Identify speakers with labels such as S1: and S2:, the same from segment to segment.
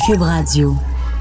S1: Cube Radio.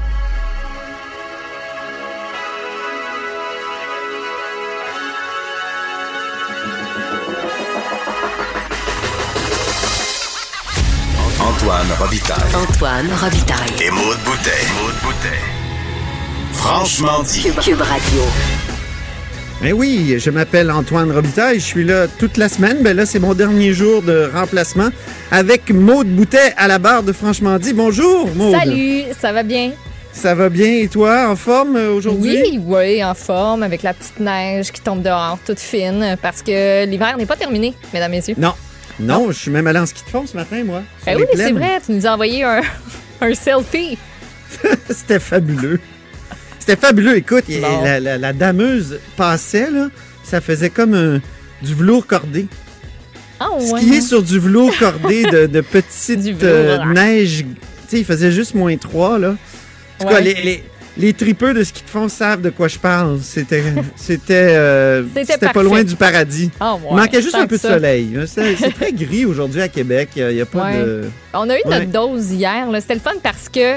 S2: Antoine Robitaille. Et Maude Boutet. Franchement dit.
S1: Cube Radio.
S3: Ben oui, je m'appelle Antoine Robitaille, je suis là toute la semaine. Ben là, c'est mon dernier jour de remplacement avec Maude Boutet à la barre de Franchement dit. Bonjour, Maude.
S4: Salut, ça va bien?
S3: Ça va bien, et toi, en forme aujourd'hui?
S4: Oui, en forme, avec la petite neige qui tombe dehors, toute fine, parce que l'hiver n'est pas terminé, mesdames et messieurs.
S3: Non, je suis même allé en ski de fond ce matin, moi.
S4: Oui, c'est vrai, tu nous as envoyé un selfie.
S3: C'était fabuleux. Écoute,
S4: Bon.
S3: la dameuse passait, là, ça faisait comme du velours cordé.
S4: Ah ouais.
S3: Skier sur du velours cordé de petite
S4: Du velours.
S3: neige. Tu sais, il faisait juste -3, là. En tout cas, les tripeux de ski de fond savent de quoi je parle. C'était pas
S4: parfait.
S3: loin du paradis.
S4: Ah ouais,
S3: Il manquait juste
S4: tant
S3: un peu
S4: que
S3: de
S4: ça.
S3: soleil. C'est très gris aujourd'hui à Québec. Il n'y a pas
S4: Ouais.
S3: de...
S4: On a eu
S3: Ouais.
S4: notre dose hier, là. C'était le fun parce que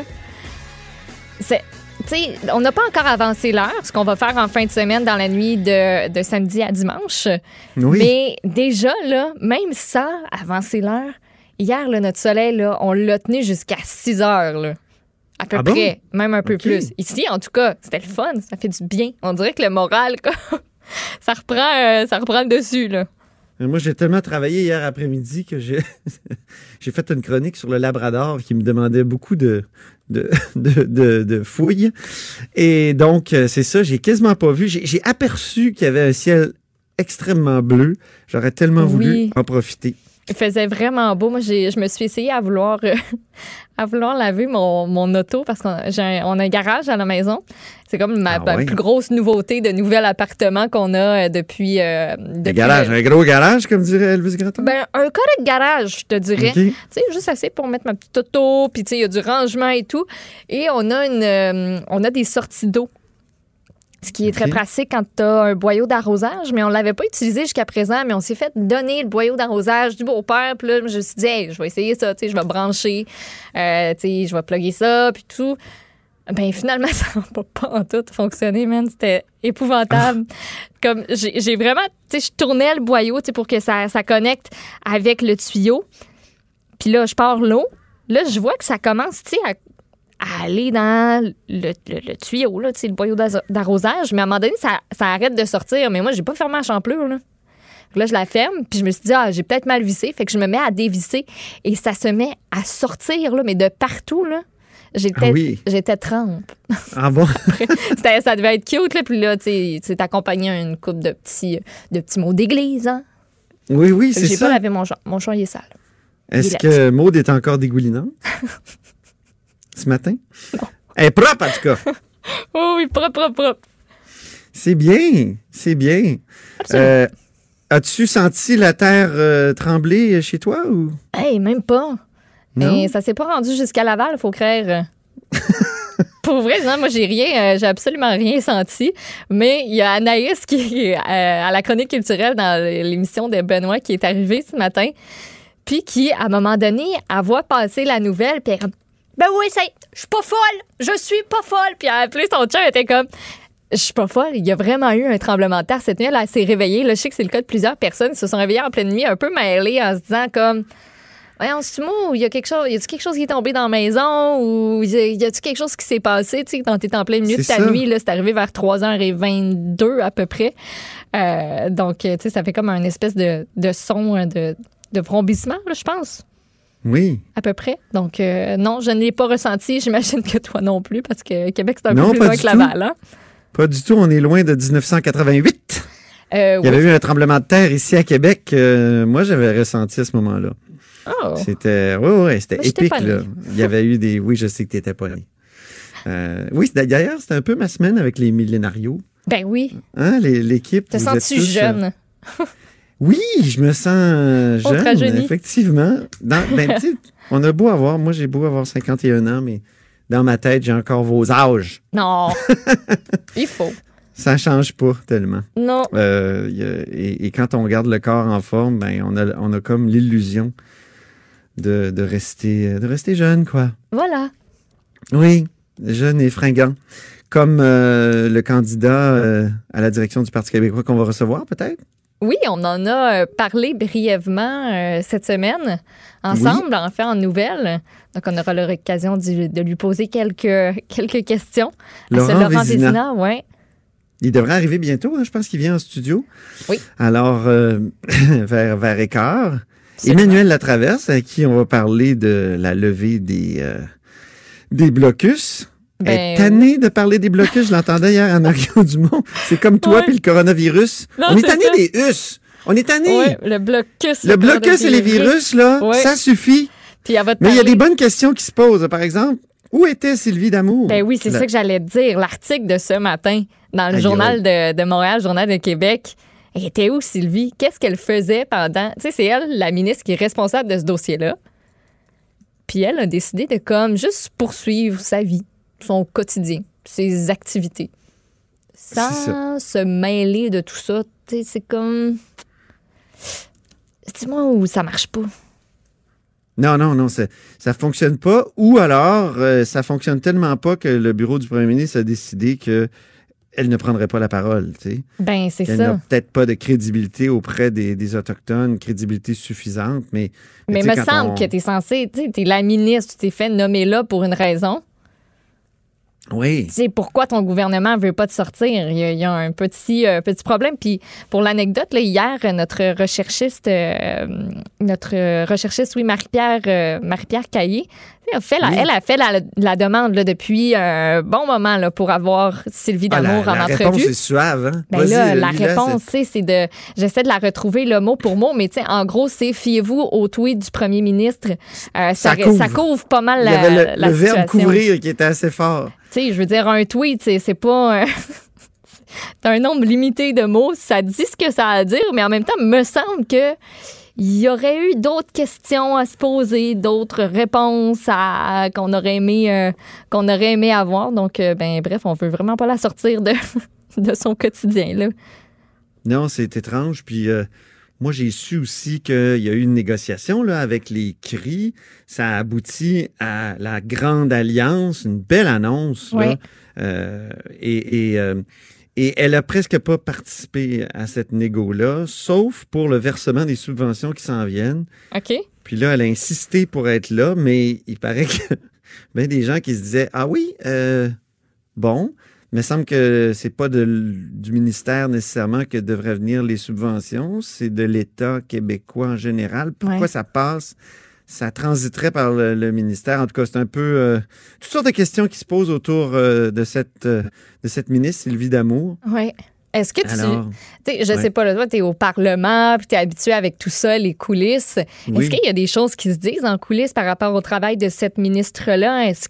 S4: on n'a pas encore avancé l'heure, ce qu'on va faire en fin de semaine dans la nuit de samedi à dimanche.
S3: Oui.
S4: Mais déjà, là, même ça, avancer l'heure, hier, là, notre soleil, là, on l'a tenu jusqu'à 6 heures, là. À peu
S3: Ah bon?
S4: près, même un peu
S3: OK.
S4: plus. Ici, en tout cas, c'était le fun, ça fait du bien. On dirait que le moral, ça reprend le dessus, là.
S3: Moi, j'ai tellement travaillé hier après-midi que j'ai fait une chronique sur le Labrador qui me demandait beaucoup de fouilles. Et donc, c'est ça, j'ai quasiment pas vu. J'ai aperçu qu'il y avait un ciel extrêmement bleu. J'aurais tellement voulu en profiter.
S4: Il faisait vraiment beau. Moi, je me suis essayée à vouloir laver mon auto parce qu'on a un garage à la maison. C'est comme ma plus grosse nouveauté de nouvel appartement qu'on a depuis...
S3: Un gros garage, comme dirait Elvis Gratton?
S4: Ben, un correct garage, je te dirais.
S3: Okay.
S4: Tu sais, juste assez pour mettre ma petite auto, puis tu sais, il y a du rangement et tout. Et on a des sorties d'eau. Ce qui est très pratique quand tu as un boyau d'arrosage, mais on ne l'avait pas utilisé jusqu'à présent, mais on s'est fait donner le boyau d'arrosage du beau-père. Puis là, je me suis dit, hey, je vais essayer ça, tu sais, je vais brancher, tu sais, je vais plugger ça, puis tout. Ben finalement, ça n'a pas en tout fonctionné, man. C'était épouvantable. Comme j'ai vraiment, tu sais, je tournais le boyau, tu sais, pour que ça connecte avec le tuyau. Puis là, je pars l'eau. Là, je vois que ça commence, tu sais, à aller dans le tuyau, là, tu sais, le boyau d'arrosage. Mais à un moment donné, ça arrête de sortir. Mais moi, j'ai pas fermé la champlure, là. Là, je la ferme, puis je me suis dit, j'ai peut-être mal vissé. Fait que je me mets à dévisser. Et ça se met à sortir, là, mais de partout, là. J'étais trempe.
S3: Ah bon?
S4: Ça devait être cute, là. Puis là, tu sais, t'accompagné à une couple de petits mots d'église, hein?
S3: Oui, c'est ça.
S4: J'ai pas lavé mon champ. Mon champ, il est sale.
S3: Est-ce que Maude est encore dégoulinante? Ce matin?
S4: Non.
S3: Elle est propre, en tout cas.
S4: Oh oui, propre.
S3: C'est bien. As-tu senti la terre trembler chez toi ou?
S4: Hey, même pas.
S3: Non?
S4: Et ça s'est pas rendu jusqu'à Laval, il faut croire. Pour vrai, non, moi, j'ai absolument rien senti. Mais il y a Anaïs qui est à la chronique culturelle dans l'émission de Benoît qui est arrivée ce matin. Puis qui, à un moment donné, elle voit passer la nouvelle, puis elle est comme, ben oui, je suis pas folle, je suis pas folle. Puis en plus, son chum était comme, je suis pas folle, il y a vraiment eu un tremblement de terre cette nuit. Elle s'est réveillée. Là, je sais que c'est le cas de plusieurs personnes qui se sont réveillées en pleine nuit, un peu mêlées, en se disant comme, voyons, c'est-tu mou? Y a-tu quelque chose qui est tombé dans la maison? Ou y a-tu quelque chose qui s'est passé? Tu sais, quand t'es en plein milieu de ta nuit, là, c'est arrivé vers 3h22 à peu près. Donc, tu sais, ça fait comme un espèce de son de vrombissement, là, je pense.
S3: Oui.
S4: À peu près. Donc, non, je ne l'ai pas ressenti. J'imagine que toi non plus, parce que Québec, c'est un peu plus loin que Laval. Hein?
S3: Pas du tout. On est loin de 1988. Il y avait eu un tremblement de terre ici à Québec. Moi, j'avais ressenti à ce moment-là.
S4: Oh.
S3: C'était épique, là. Il y avait eu des... Oui, je sais que tu n'étais pas né. Oui, d'ailleurs, c'était un peu ma semaine avec les millénarios.
S4: Ben oui.
S3: Hein, l'équipe.
S4: Te sens-tu jeune?
S3: Oui, je me sens jeune, effectivement. On a beau avoir... Moi, j'ai beau avoir 51 ans, mais dans ma tête, j'ai encore vos âges.
S4: Non. Il faut.
S3: Ça change pas tellement.
S4: Non.
S3: Et quand on garde le corps en forme, ben on a comme l'illusion de rester jeune, quoi.
S4: Voilà.
S3: Oui, jeune et fringant. Comme le candidat à la direction du Parti québécois qu'on va recevoir, peut-être?
S4: Oui, on en a parlé brièvement cette semaine, ensemble, en fait, en nouvelles. Donc, on aura l'occasion de lui poser quelques questions. Laurent Vézina, oui.
S3: Il devrait arriver bientôt, hein, je pense qu'il vient en studio.
S4: Oui.
S3: Alors, vers écart. Emmanuel Latraverse, à qui on va parler de la levée des blocus. Elle est tannée de parler des blocus. Je l'entendais hier à Mario Dumont. C'est comme toi puis le coronavirus. Non, on est tanné des us. On est tanné.
S4: Oui, le blocus.
S3: Le blocus et les virus, là, ça suffit. Puis mais il y a des bonnes questions qui se posent. Par exemple, où était Sylvie Damour?
S4: Ben oui, c'est ça que j'allais te dire. L'article de ce matin dans le journal de Montréal, Journal de Québec. Elle était où, Sylvie? Qu'est-ce qu'elle faisait pendant... Tu sais, c'est elle, la ministre, qui est responsable de ce dossier-là. Puis elle a décidé de juste poursuivre sa vie, son quotidien, ses activités, sans se mêler de tout ça. Tu sais, c'est comme... Dis-moi où ça marche pas.
S3: Non, ça fonctionne pas. Ou alors, ça fonctionne tellement pas que le bureau du premier ministre a décidé que elle ne prendrait pas la parole, tu sais.
S4: Ben, c'est ça.
S3: Elle n'a peut-être pas de crédibilité auprès des Autochtones, crédibilité suffisante, mais
S4: il me semble que tu es censé, tu sais, tu es la ministre, tu t'es fait nommer là pour une raison.
S3: Oui.
S4: Tu sais, pourquoi ton gouvernement ne veut pas te sortir? Il y a un petit problème. Puis, pour l'anecdote, là, hier, notre recherchiste, Marie-Pierre Caillé, elle a fait la demande là, depuis un bon moment là, pour avoir Sylvie Damour en entrevue.
S3: La réponse est suave. Hein?
S4: Ben là, la réponse, c'est de... J'essaie de la retrouver là, mot pour mot, mais en gros, c'est fiez-vous au tweet du premier ministre. Ça couvre pas mal la situation.
S3: Il y avait le verbe couvrir qui était assez fort.
S4: Tu sais, je veux dire, un tweet, c'est pas... T'as un nombre limité de mots, ça dit ce que ça a à dire, mais en même temps, me semble que il y aurait eu d'autres questions à se poser, d'autres réponses qu'on aurait aimé avoir. Donc, bref, on veut vraiment pas la sortir de son quotidien, là.
S3: Non, c'est étrange. Puis, moi, j'ai su aussi qu'il y a eu une négociation là, avec les CRI. Ça a abouti à la Grande Alliance, une belle annonce.
S4: Oui.
S3: Là. Et elle a presque pas participé à cette négo-là, sauf pour le versement des subventions qui s'en viennent.
S4: OK.
S3: Puis là, elle a insisté pour être là, mais il paraît que des gens qui se disaient « Ah oui, bon, il me semble que c'est pas du ministère nécessairement que devraient venir les subventions, c'est de l'État québécois en général. Pourquoi ça passe? Ça transiterait par le ministère. En tout cas, c'est un peu toutes sortes de questions qui se posent autour de cette ministre, Sylvie Damour.
S4: Oui. Est-ce que je sais pas, là, toi, tu es au Parlement, puis tu es habitué avec tout ça, les coulisses. Oui. Est-ce qu'il y a des choses qui se disent en coulisses par rapport au travail de cette ministre-là? Est-ce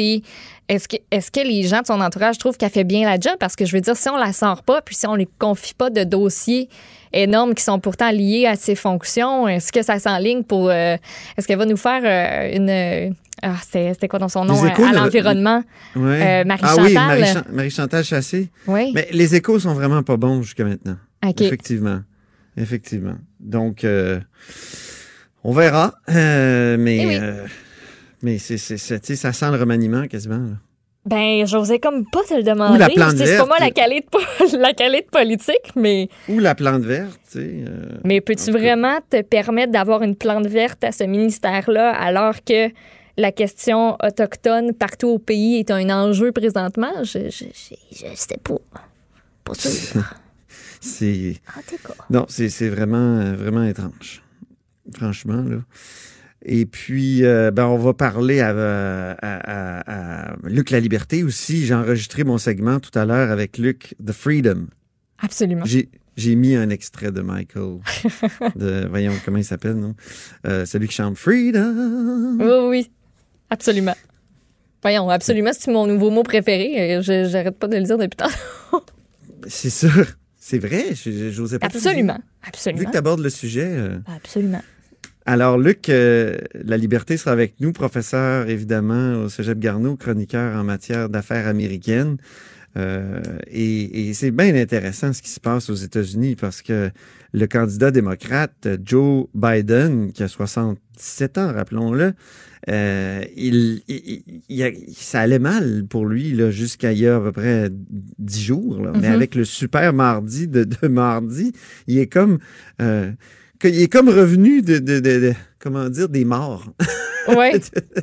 S4: que les gens de son entourage trouvent qu'elle fait bien la job? Parce que je veux dire, si on la sort pas, puis si on ne lui confie pas de dossiers énormes qui sont pourtant liés à ses fonctions, est-ce que ça s'enligne pour... est-ce qu'elle va nous faire une... c'était quoi dans son nom? À l'environnement.
S3: Ouais.
S4: Marie-Chantal.
S3: Marie-Chantal Chassé.
S4: Oui.
S3: Mais les échos sont vraiment pas bons jusqu'à maintenant.
S4: Okay.
S3: Effectivement. Donc, on verra. Mais ça sent le remaniement quasiment. Là.
S4: Ben, j'osais comme pas te le demander.
S3: Ou la plante verte.
S4: C'est pas moi la calée de politique, mais...
S3: Ou la plante verte, tu sais.
S4: Mais peux-tu vraiment te permettre d'avoir une plante verte à ce ministère-là alors que la question autochtone partout au pays est un enjeu présentement? Je sais pas. Pas sûr.
S3: C'est...
S4: En tout cas.
S3: Non, c'est vraiment, vraiment étrange. Franchement, là. Et puis, on va parler à Luc La Liberté aussi. J'ai enregistré mon segment tout à l'heure avec Luc, The Freedom.
S4: Absolument.
S3: J'ai mis un extrait de Michael. Voyons comment il s'appelle, non? Celui qui chante Freedom.
S4: Oui, absolument. Voyons, absolument, c'est mon nouveau mot préféré. J'arrête pas de le dire depuis tantôt.
S3: C'est ça. C'est vrai. J'osais pas.
S4: Absolument.
S3: Vu que tu abordes le sujet.
S4: Absolument.
S3: Alors, Luc, La Liberté sera avec nous, professeur, évidemment, au Cégep Garneau, chroniqueur en matière d'affaires américaines. Et c'est bien intéressant ce qui se passe aux États-Unis parce que le candidat démocrate, Joe Biden, qui a 77 ans, rappelons-le, ça allait mal pour lui là, jusqu'à il y a à peu près 10 jours. Là. Mais avec le super mardi de mardi, il est comme revenu de comment dire, des morts.
S4: Ouais.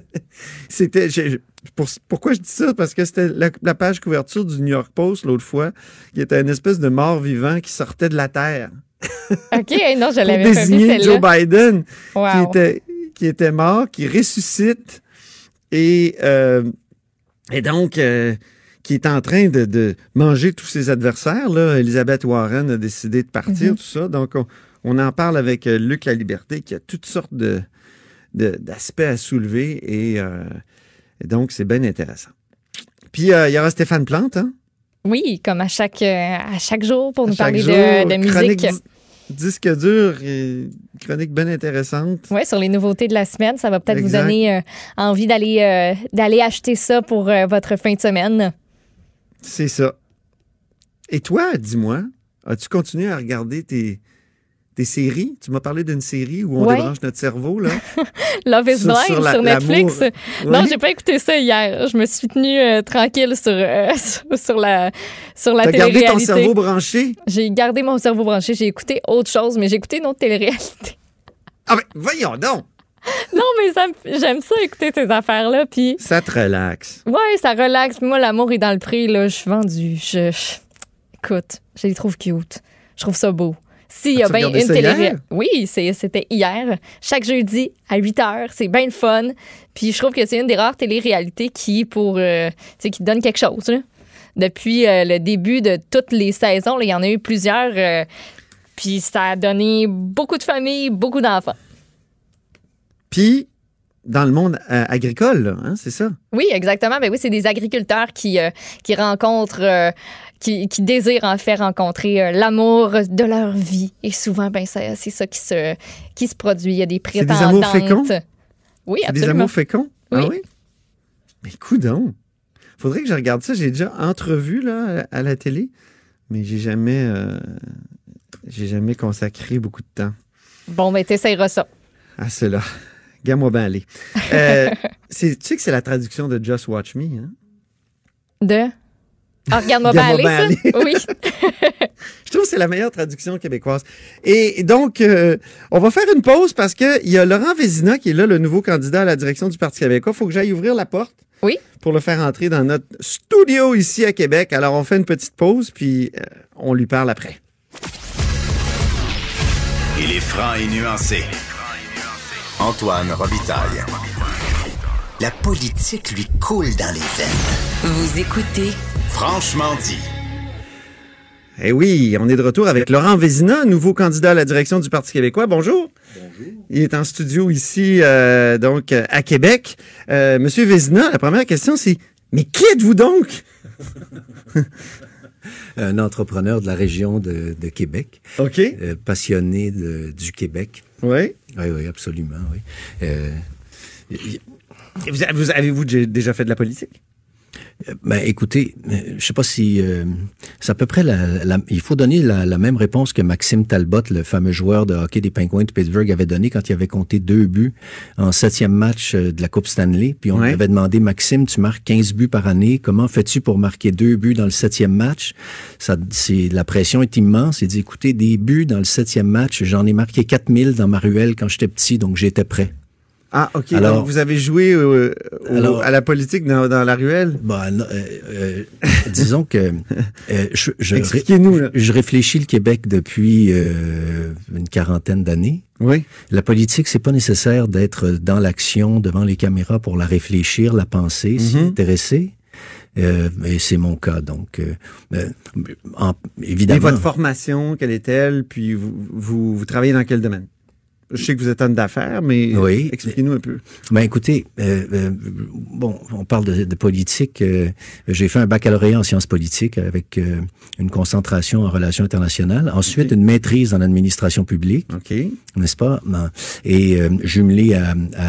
S3: Pourquoi je dis ça? Parce que c'était la page couverture du New York Post l'autre fois, qui était une espèce de mort vivant qui sortait de la terre.
S4: OK, non, je l'avais
S3: pour
S4: pas vu
S3: désigner Joe Biden,
S4: wow.
S3: qui était mort, qui ressuscite et donc qui est en train de manger tous ses adversaires. Là. Elizabeth Warren a décidé de partir, tout ça. Donc, on en parle avec Luc Laliberté, qui a toutes sortes d'aspects à soulever et donc, c'est bien intéressant. Puis, il y aura Stéphane Plante, hein?
S4: Oui, comme à chaque jour pour nous parler de musique.
S3: Disque dur, chronique bien intéressante.
S4: Oui, sur les nouveautés de la semaine. Ça va peut-être vous donner envie d'aller acheter ça pour votre fin de semaine.
S3: C'est ça. Et toi, dis-moi, as-tu continué à regarder tes séries? Tu m'as parlé d'une série où on débranche notre cerveau, là.
S4: Love is Blind sur Netflix.
S3: Oui.
S4: Non, j'ai pas écouté ça hier. Je me suis tenue tranquille sur la télé-réalité.
S3: T'as gardé ton cerveau branché?
S4: J'ai gardé mon cerveau branché. J'ai écouté autre chose, mais j'ai écouté une autre télé-réalité.
S3: Ah ben, voyons donc!
S4: Non, mais j'aime ça écouter ces affaires-là. Puis
S3: ça te relaxe.
S4: Oui, ça relaxe. Moi, l'amour est dans le prix. Là. Je suis vendue. Écoute, je les trouve cute. Je trouve ça beau. S'il y a bien une télé. Oui, c'était hier. Chaque jeudi à 8h. C'est bien le fun. Puis je trouve que c'est une des rares télé-réalités qui donne quelque chose. Là. Depuis le début de toutes les saisons, là, il y en a eu plusieurs. Puis ça a donné beaucoup de familles, beaucoup d'enfants.
S3: Puis, dans le monde agricole, là, hein, c'est ça? Oui,
S4: exactement. Ben oui, c'est des agriculteurs qui rencontrent... Qui désirent en faire rencontrer l'amour de leur vie. Et souvent, ben c'est ça qui se produit. Il y a des prétendantes.
S3: C'est des amours féconds?
S4: Oui, absolument.
S3: C'est des amours féconds?
S4: Oui.
S3: Ah oui? Mais coudonc! Faudrait que je regarde ça. J'ai déjà entrevu là, à la télé, mais j'ai jamais consacré beaucoup de temps.
S4: Bon, ben t'essayeras ça.
S3: À cela. Garde-moi bien aller. Tu sais que c'est la traduction de Just Watch Me, hein?
S4: De? Ah, regarde-moi bien aller, ça? Oui.
S3: Je trouve que c'est la meilleure traduction québécoise. Et donc, on va faire une pause parce qu'il y a Laurent Vézina qui est là, le nouveau candidat à la direction du Parti québécois. Il faut que j'aille ouvrir la porte.
S4: Oui.
S3: Pour le faire entrer dans notre studio ici à Québec. Alors, on fait une petite pause, puis on lui parle après.
S2: Il est franc et nuancé. Antoine Robitaille. La politique lui coule dans les veines. Vous écoutez Franchement dit.
S3: Eh oui, on est de retour avec Laurent Vézina, nouveau candidat à la direction du Parti québécois. Bonjour.
S1: Bonjour.
S3: Il est en studio ici, donc, à Québec. Monsieur Vézina, la première question, c'est « Mais qui êtes-vous donc? »
S1: Un entrepreneur de la région de Québec.
S3: OK.
S1: Passionné du Québec.
S3: Oui.
S1: Oui, absolument, oui.
S3: Avez-vous déjà fait de la politique?
S1: Ben, écoutez, je sais pas si c'est à peu près il faut donner la même réponse que Maxime Talbot, le fameux joueur de hockey des Penguins de Pittsburgh, avait donné quand il avait compté 2 buts en 7e match de la Coupe Stanley. Puis on lui avait demandé, Maxime, tu marques 15 buts par année. Comment fais-tu pour marquer 2 buts dans le 7e match? La pression est immense. Il dit, écoutez, des buts dans le 7e match, j'en ai marqué 4000 dans ma ruelle quand j'étais petit, donc j'étais prêt.
S3: Ah, OK. Alors, donc, vous avez joué à la politique dans la ruelle?
S1: Disons que...
S3: Expliquez-nous. Là.
S1: Je réfléchis le Québec depuis une quarantaine d'années.
S3: Oui.
S1: La politique, c'est pas nécessaire d'être dans l'action, devant les caméras pour la réfléchir, la penser, s'y intéresser. Et c'est mon cas, donc évidemment...
S3: Et votre formation, quelle est-elle? Puis vous travaillez dans quel domaine? Je sais que vous êtes homme d'affaires, mais expliquez-nous un peu.
S1: Ben écoutez, on parle de politique. J'ai fait un baccalauréat en sciences politiques avec une concentration en relations internationales. Ensuite, une maîtrise en administration publique, n'est-ce pas? Et jumelé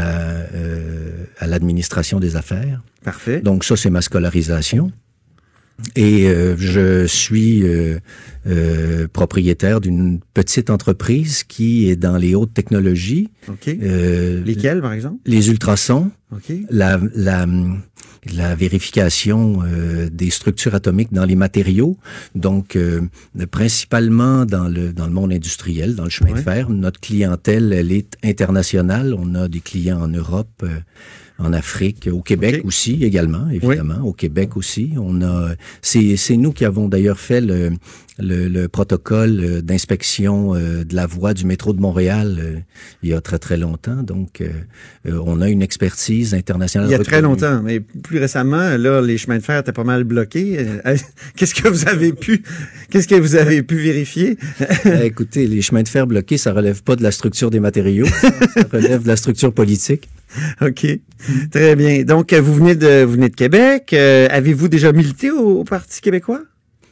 S1: à l'administration des affaires.
S3: Parfait.
S1: Donc ça, c'est ma scolarisation. Et je suis propriétaire d'une petite entreprise qui est dans les hautes technologies.
S3: OK. Lesquelles, par exemple?
S1: Les ultrasons.
S3: OK.
S1: La vérification des structures atomiques dans les matériaux, donc principalement dans le monde industriel, dans le chemin de fer. Notre clientèle, elle est internationale. On a des clients en Europe, en Afrique, au Québec aussi également, évidemment, au Québec aussi. On a, c'est nous qui avons d'ailleurs fait le protocole d'inspection de la voie du métro de Montréal il y a très très longtemps. Donc, on a une expertise internationale.
S3: Il y a très longtemps, mais plus récemment, là, les chemins de fer étaient pas mal bloqués. Qu'est-ce que vous avez pu vérifier?
S1: Écoutez, les chemins de fer bloqués, ça relève pas de la structure des matériaux, ça relève de la structure politique.
S3: OK. Très bien. Donc, vous venez de Québec. Avez-vous déjà milité au Parti québécois?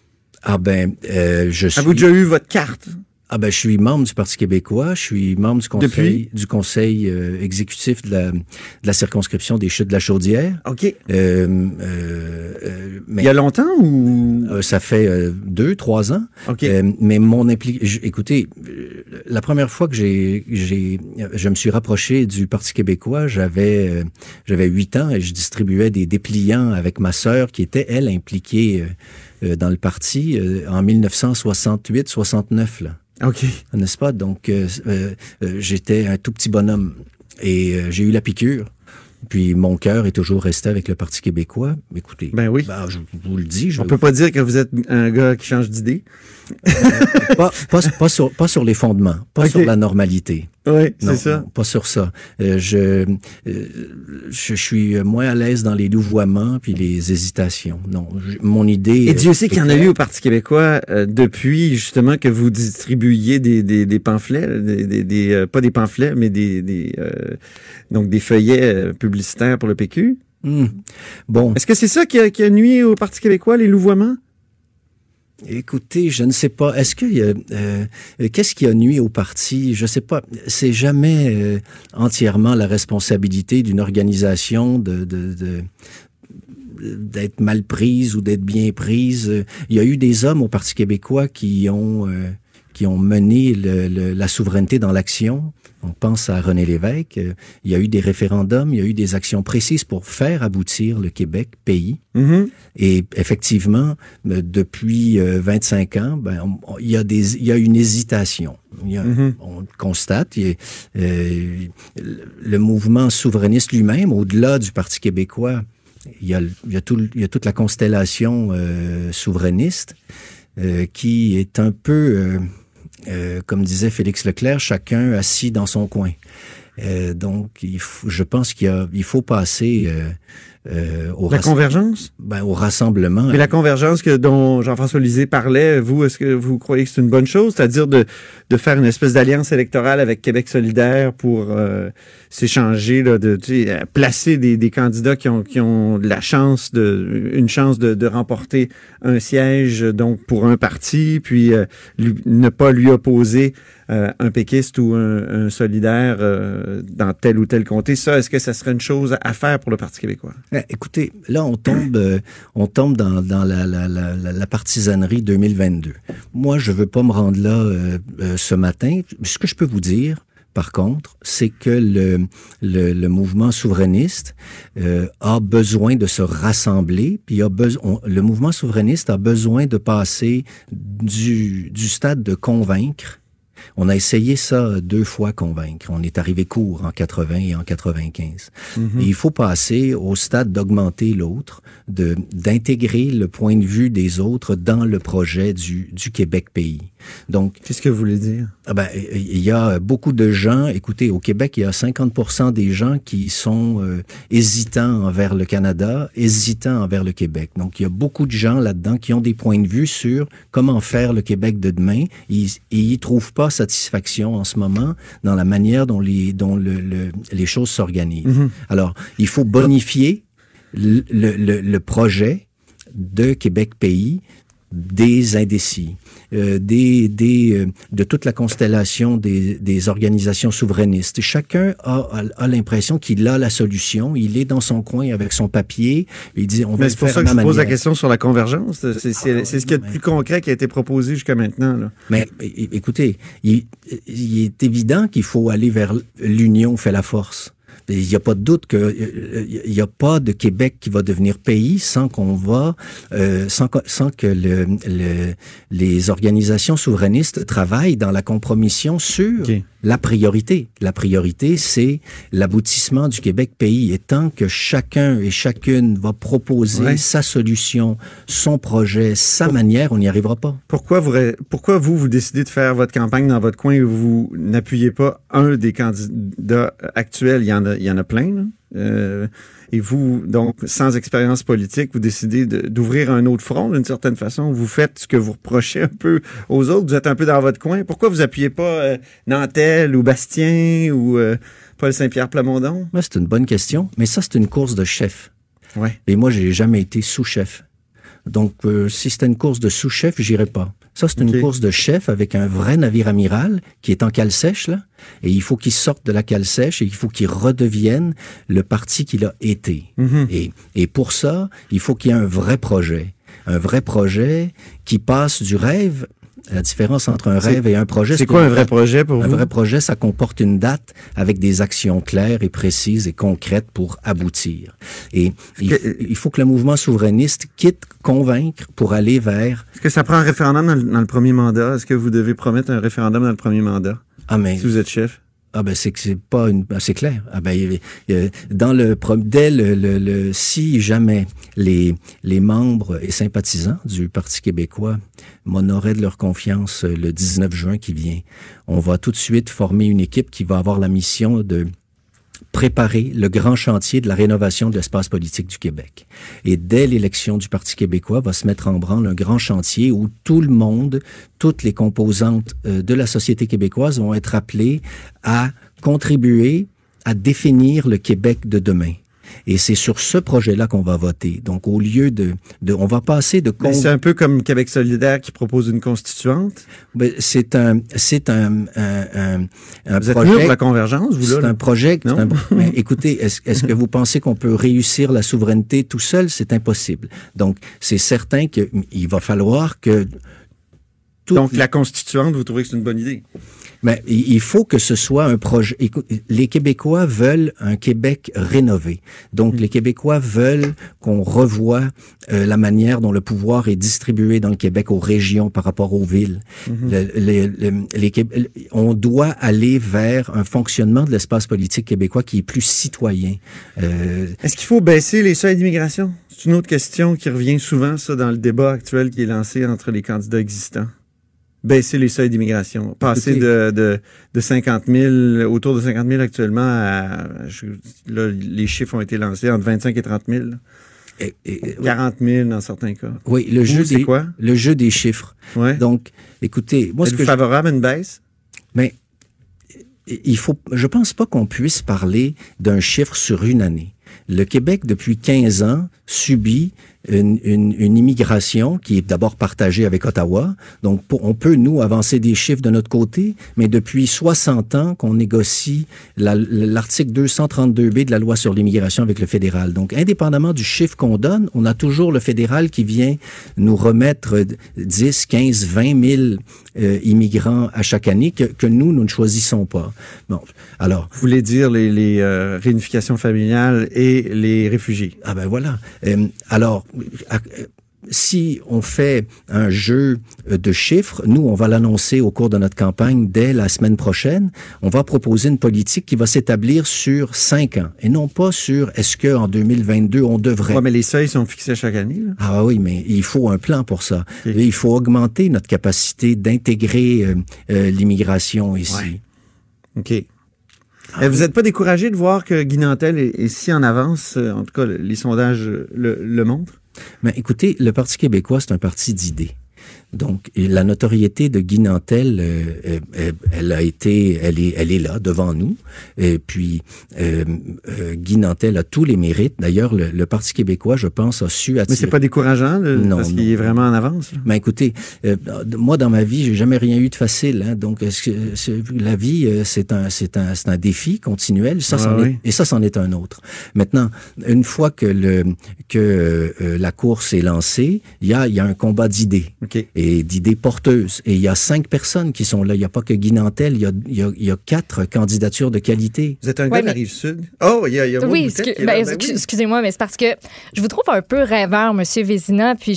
S1: Je suis...
S3: Avez-vous déjà eu votre carte?
S1: Je suis membre du Parti québécois, je suis membre du conseil exécutif de la circonscription des Chutes de la Chaudière.
S3: OK.
S1: Mais
S3: il y a longtemps ou?
S1: Ça fait 2-3 ans.
S3: OK.
S1: Mais écoutez, la première fois que je me suis rapproché du Parti québécois, j'avais 8 ans et je distribuais des dépliants avec ma sœur qui était, elle, impliquée dans le parti en 1968-69, là.
S3: OK.
S1: N'est-ce pas? Donc, j'étais un tout petit bonhomme et j'ai eu la piqûre. Puis, mon cœur est toujours resté avec le Parti québécois. Écoutez,
S3: ben oui.
S1: Je vous le dis.
S3: On peut pas dire que vous êtes un gars qui change d'idée.
S1: Pas sur les fondements, pas sur la normalité.
S3: Oui, c'est ça.
S1: Non, pas sur ça. Je suis moins à l'aise dans les louvoiements puis les hésitations. Non, mon idée...
S3: Et Dieu sait qu'il y en a eu au Parti québécois depuis, justement, que vous distribuiez des pamphlets, pas des pamphlets, mais donc des feuillets publicitaires pour le PQ.
S1: Bon.
S3: Est-ce que c'est ça qui a nuit au Parti québécois, les louvoiements?
S1: Écoutez, je ne sais pas. Est-ce que qu'est-ce qui a nuit au parti? Je ne sais pas. C'est jamais entièrement la responsabilité d'une organisation d'être mal prise ou d'être bien prise. Il y a eu des hommes au Parti québécois qui ont mené la souveraineté dans l'action. On pense à René Lévesque. Il y a eu des référendums, il y a eu des actions précises pour faire aboutir le Québec pays. Mm-hmm. Et effectivement, depuis 25 ans, il y a une hésitation. On constate, le mouvement souverainiste lui-même, au-delà du Parti québécois, il y a toute la constellation souverainiste qui est un peu... comme disait Félix Leclerc, chacun assis dans son coin. Donc, je pense qu'il faut passer
S3: convergence?
S1: Au rassemblement.
S3: Mais la convergence dont Jean-François Lisée parlait, vous, est-ce que vous croyez que c'est une bonne chose? C'est-à-dire de faire une espèce d'alliance électorale avec Québec solidaire pour s'échanger, placer des candidats qui ont une chance de remporter un siège, donc pour un parti, puis ne pas lui opposer un péquiste ou un solidaire dans tel ou tel comté. Ça, est-ce que ça serait une chose à faire pour le Parti québécois?
S1: Écoutez, là, on tombe dans la partisanerie 2022. Moi, je veux pas me rendre là ce matin. Ce que je peux vous dire, par contre, c'est que le mouvement souverainiste a besoin de se rassembler, puis le mouvement souverainiste a besoin de passer du stade de convaincre. On a essayé ça 2 fois, convaincre. On est arrivé court en 80 et en 95. Mm-hmm. Et il faut passer au stade d'augmenter l'autre, d'intégrer le point de vue des autres dans le projet du Québec pays. Donc,
S3: qu'est-ce que vous voulez dire?
S1: Il y a beaucoup de gens, écoutez, au Québec, il y a 50% des gens qui sont hésitants envers le Canada, hésitants envers le Québec. Donc, il y a beaucoup de gens là-dedans qui ont des points de vue sur comment faire le Québec de demain. Ils trouvent pas satisfaction en ce moment dans la manière dont les choses s'organisent. Mm-hmm. Alors, il faut bonifier le projet de Québec pays des indécis, de toute la constellation des organisations souverainistes. Chacun a l'impression qu'il a la solution. Il est dans son coin avec son papier. Il dit, on va
S3: Mais c'est pour ça que je pose la question sur la convergence. C'est ce qu'il y a de plus concret qui a été proposé jusqu'à maintenant, là.
S1: Mais écoutez, il est évident qu'il faut aller vers l'union fait la force. Il n'y a pas de doute qu'il n'y a pas de Québec qui va devenir pays sans qu'on va, sans que les organisations souverainistes travaillent dans la compromission sur la priorité. La priorité, c'est l'aboutissement du Québec pays. Et tant que chacun et chacune va proposer sa solution, son projet, sa manière, on n'y arrivera pas.
S3: Pourquoi vous décidez de faire votre campagne dans votre coin et vous n'appuyez pas un des candidats actuels? Il y en a plein, là. Et vous, donc, sans expérience politique, vous décidez d'ouvrir un autre front d'une certaine façon. Vous faites ce que vous reprochez un peu aux autres. Vous êtes un peu dans votre coin. Pourquoi vous appuyez pas Nantel ou Bastien ou Paul Saint-Pierre Plamondon?
S1: Ouais, c'est une bonne question. Mais ça, c'est une course de chef.
S3: Ouais.
S1: Et moi, j'ai jamais été sous-chef. Donc, si c'était une course de sous-chef, j'irais pas. Ça, c'est une course de chef avec un vrai navire amiral qui est en cale sèche, là. Et il faut qu'il sorte de la cale sèche et il faut qu'il redevienne le parti qu'il a été. Mm-hmm. Et pour ça, il faut qu'il y ait un vrai projet. Un vrai projet qui passe du rêve. La différence entre un rêve et un projet...
S3: C'est quoi un vrai projet pour vous?
S1: Un vrai projet, ça comporte une date avec des actions claires et précises et concrètes pour aboutir. Et il faut que le mouvement souverainiste quitte convaincre pour aller vers...
S3: Est-ce que ça prend un référendum dans le premier mandat? Est-ce que vous devez promettre un référendum dans le premier mandat?
S1: Ah, mais...
S3: Si vous êtes chef?
S1: Ah ben c'est pas une, c'est clair. Ah ben si jamais les membres et sympathisants du Parti québécois m'honoraient de leur confiance le 19 juin qui vient, on va tout de suite former une équipe qui va avoir la mission de préparer le grand chantier de la rénovation de l'espace politique du Québec. Et dès l'élection du Parti québécois, va se mettre en branle un grand chantier où tout le monde, toutes les composantes de la société québécoise vont être appelées à contribuer à définir le Québec de demain. Et c'est sur ce projet-là qu'on va voter. Donc, au lieu on va passer de...
S3: C'est un peu comme Québec solidaire qui propose une constituante.
S1: Ben, c'est un
S3: vous
S1: projet...
S3: êtes pour la convergence, vous, là?
S1: C'est un projet...
S3: Non?
S1: Mais écoutez, est-ce que vous pensez qu'on peut réussir la souveraineté tout seul? C'est impossible. Donc, c'est certain qu'il va falloir que...
S3: Donc, la constituante, vous trouvez que c'est une bonne idée?
S1: Mais il faut que ce soit un projet. Les Québécois veulent un Québec rénové. Donc, les Québécois veulent qu'on revoie la manière dont le pouvoir est distribué dans le Québec aux régions par rapport aux villes. On doit aller vers un fonctionnement de l'espace politique québécois qui est plus citoyen.
S3: Est-ce qu'il faut baisser les seuils d'immigration? C'est une autre question qui revient souvent, ça, dans le débat actuel qui est lancé entre les candidats existants. Baisser les seuils d'immigration. Passer de 50 000, autour de 50 000 actuellement à... Là, les chiffres ont été lancés entre 25 et 30 000. 40 000 dans certains cas.
S1: Oui, le jeu des chiffres.
S3: Ouais.
S1: Donc, écoutez...
S3: Êtes-vous favorable à une baisse?
S1: Mais je pense pas qu'on puisse parler d'un chiffre sur une année. Le Québec, depuis 15 ans, subit une immigration qui est d'abord partagée avec Ottawa. Donc, on peut, nous, avancer des chiffres de notre côté, mais depuis 60 ans qu'on négocie l'article 232B de la loi sur l'immigration avec le fédéral. Donc, indépendamment du chiffre qu'on donne, on a toujours le fédéral qui vient nous remettre 10, 15, 20 000 immigrants à chaque année que nous ne choisissons pas. Bon, alors...
S3: Vous voulez dire les réunifications familiales et les réfugiés.
S1: Ah ben voilà. Alors, si on fait un jeu de chiffres, nous, on va l'annoncer au cours de notre campagne dès la semaine prochaine. On va proposer une politique qui va s'établir sur 5 ans et non pas sur est-ce qu'en 2022, on devrait...
S3: Oui, mais les seuils sont fixés chaque année. Là.
S1: Ah oui, mais il faut un plan pour ça.
S3: Okay.
S1: Il faut augmenter notre capacité d'intégrer l'immigration ici.
S3: Ouais. OK. Vous n'êtes pas découragé de voir que Guy Nantel est si en avance? En tout cas, les sondages le montrent.
S1: Mais écoutez, le Parti québécois, c'est un parti d'idées. Donc, la notoriété de Guy Nantel, elle est là, devant nous. Et puis, Guy Nantel a tous les mérites. D'ailleurs, le Parti québécois, je pense, a su attirer...
S3: Mais c'est pas décourageant, parce qu'il est vraiment en avance?
S1: Mais écoutez, moi, dans ma vie, j'ai jamais rien eu de facile. Hein, donc, la vie, c'est un défi continuel. Ça, et ça, c'en est un autre. Maintenant, une fois que la course est lancée, il y a un combat d'idées.
S3: Okay.
S1: Et d'idées porteuses. Et il y a 5 personnes qui sont là. Il n'y a pas que Guy Nantel, il y a 4 candidatures de qualité.
S3: Vous êtes un gars de la Rive-Sud? Oh, il y a
S4: oui, excusez-moi, mais c'est parce que je vous trouve un peu rêveur, M. Vézina, puis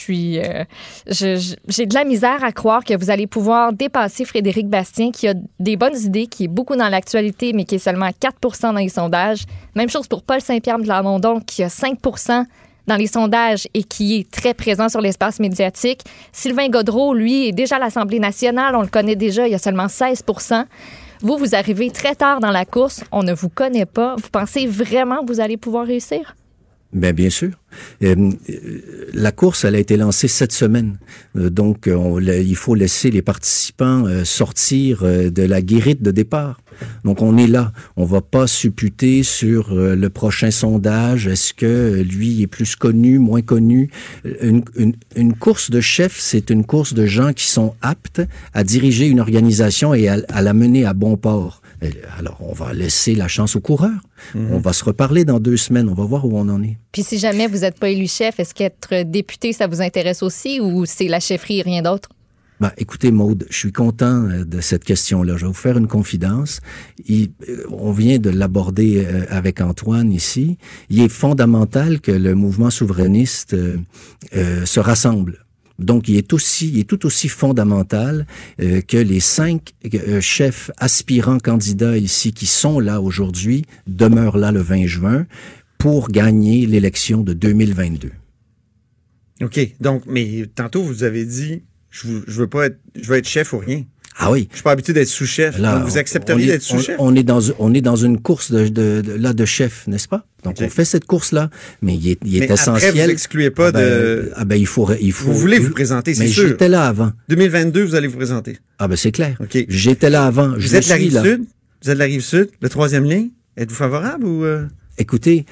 S4: j'ai de la misère à croire que vous allez pouvoir dépasser Frédéric Bastien, qui a des bonnes idées, qui est beaucoup dans l'actualité, mais qui est seulement à 4 % dans les sondages. Même chose pour Paul Saint-Pierre de Plamondon, qui a 5 % dans les sondages et qui est très présent sur l'espace médiatique. Sylvain Gaudreault, lui, est déjà à l'Assemblée nationale. On le connaît déjà, il y a seulement 16 %. Vous arrivez très tard dans la course. On ne vous connaît pas. Vous pensez vraiment que vous allez pouvoir réussir?
S1: Bien sûr. La course, elle a été lancée cette semaine. Donc, il faut laisser les participants sortir de la guérite de départ. Donc, on est là. On va pas supputer sur le prochain sondage. Est-ce que lui est plus connu, moins connu? Une course de chef, c'est une course de gens qui sont aptes à diriger une organisation et à la mener à bon port. Alors, on va laisser la chance aux coureurs. On va se reparler dans 2 semaines. On va voir où on en est.
S4: Puis si jamais vous n'êtes pas élu chef, est-ce qu'être député, ça vous intéresse aussi ou c'est la chefferie et rien d'autre?
S1: Écoutez, Maude, je suis content de cette question-là. Je vais vous faire une confidence. On vient de l'aborder avec Antoine ici. Il est fondamental que le mouvement souverainiste se rassemble. Donc, il est tout aussi fondamental que les 5 chefs aspirants candidats ici qui sont là aujourd'hui demeurent là le 20 juin pour gagner l'élection de 2022.
S3: OK. Donc, mais tantôt, vous avez dit, je veux être chef ou rien.
S1: Ah oui.
S3: Je suis pas habitué d'être sous-chef. Là, donc, vous accepteriez d'être sous-chef? On est dans une course de chef, n'est-ce pas? Donc, on fait cette course-là, mais il est essentiel. Après, vous excluez pas de...
S1: il faut.
S3: Vous voulez vous présenter, c'est sûr.
S1: Mais j'étais là avant.
S3: 2022, vous allez vous présenter.
S1: C'est clair.
S3: OK.
S1: J'étais là avant.
S3: Vous êtes de la Rive-Sud? Vous êtes de la Rive-Sud? Le 3e lien? Êtes-vous favorable ou...
S1: Écoutez,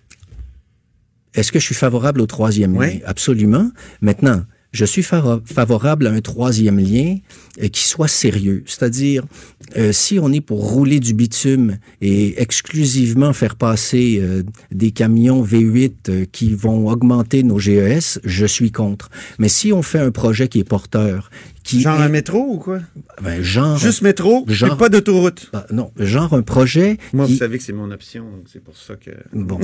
S1: est-ce que je suis favorable au 3e lien? Absolument. Maintenant, je suis favorable à un 3e lien qui soit sérieux. C'est-à-dire, si on est pour rouler du bitume et exclusivement faire passer des camions V8 qui vont augmenter nos GES, je suis contre. Mais si on fait un projet qui est porteur,
S3: un métro ou quoi?
S1: Juste
S3: métro, et pas d'autoroute.
S1: Non, genre un projet...
S3: Moi, vous savez que c'est mon option, donc c'est pour ça que...
S1: Bon,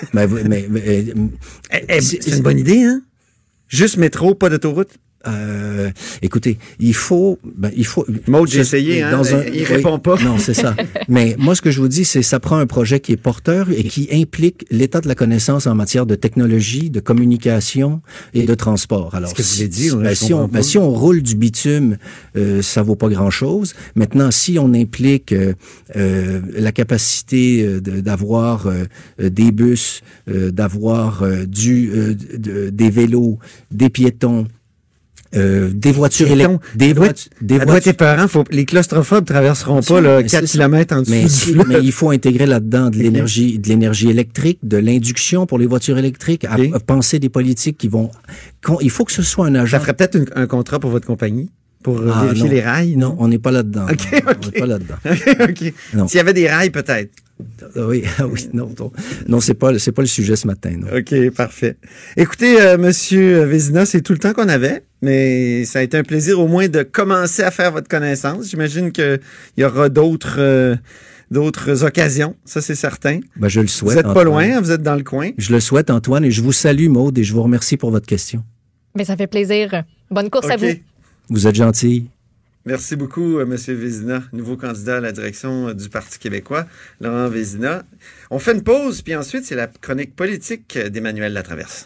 S3: c'est une bonne idée, hein? Juste métro, pas d'autoroute?
S1: Écoutez, il faut...
S3: Maud, j'ai essayé, hein? Il répond pas.
S1: Non, c'est ça. Mais moi, ce que je vous dis, c'est ça prend un projet qui est porteur et qui implique l'état de la connaissance en matière de technologie, de communication et de transport. Alors, si on roule du bitume, ça vaut pas grand-chose. Maintenant, si on implique la capacité d'avoir des bus, d'avoir des vélos, des piétons, des voitures électriques.
S3: Les claustrophobes traverseront pas 4 km en dessous.
S1: Mais il faut intégrer là-dedans de l'énergie électrique, de l'induction pour les voitures électriques, à penser des politiques qui vont... Il faut que ce soit un agent...
S3: Ça ferait peut-être un contrat pour votre compagnie? Pour vérifier les rails?
S1: Non, on n'est pas là-dedans.
S3: OK.
S1: On n'est pas là-dedans.
S3: OK. S'il y avait des rails, peut-être.
S1: Oui, non, c'est pas le sujet ce matin. Non.
S3: OK, parfait. Écoutez, Monsieur Vézina, c'est tout le temps qu'on avait, mais ça a été un plaisir au moins de commencer à faire votre connaissance. J'imagine qu'il y aura d'autres occasions, ça c'est certain.
S1: Je le souhaite.
S3: Vous êtes pas loin, vous êtes dans le coin.
S1: Je le souhaite, Antoine, et je vous salue, Maude, et je vous remercie pour votre question.
S4: Ça fait plaisir. Bonne course à vous.
S1: Vous êtes gentil.
S3: Merci beaucoup, M. Vézina, nouveau candidat à la direction du Parti québécois, Laurent Vézina. On fait une pause, puis ensuite, c'est la chronique politique d'Emmanuel Latraverse.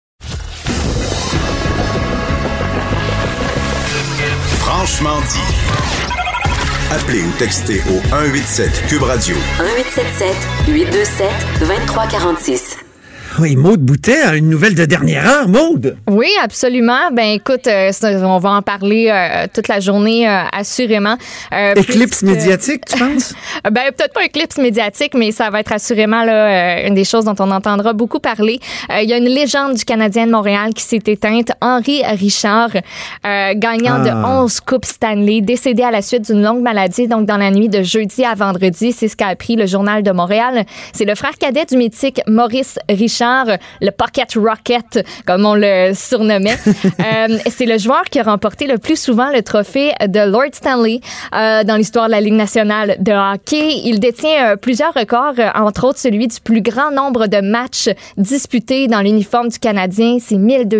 S2: Franchement dit. Appelez ou textez au 187 Cube Radio.
S5: 1877 827 2346.
S3: Oui, Maude Boutet a une nouvelle de dernière heure, Maude.
S4: Oui, absolument. Ben écoute, on va en parler toute la journée, assurément.
S3: Éclipse médiatique, tu penses?
S4: Ben peut-être pas éclipse médiatique, mais ça va être assurément là une des choses dont on entendra beaucoup parler. Il y a une légende du Canadien de Montréal qui s'est éteinte, Henri Richard, gagnant de 11 Coupes Stanley, décédé à la suite d'une longue maladie, donc dans la nuit de jeudi à vendredi. C'est ce qu'a appris le Journal de Montréal. C'est le frère cadet du mythique Maurice Richard, le Pocket Rocket, comme on le surnommait. C'est le joueur qui a remporté le plus souvent le trophée de Lord Stanley dans l'histoire de la Ligue nationale de hockey. Il détient plusieurs records, entre autres celui du plus grand nombre de matchs disputés dans l'uniforme du Canadien. C'est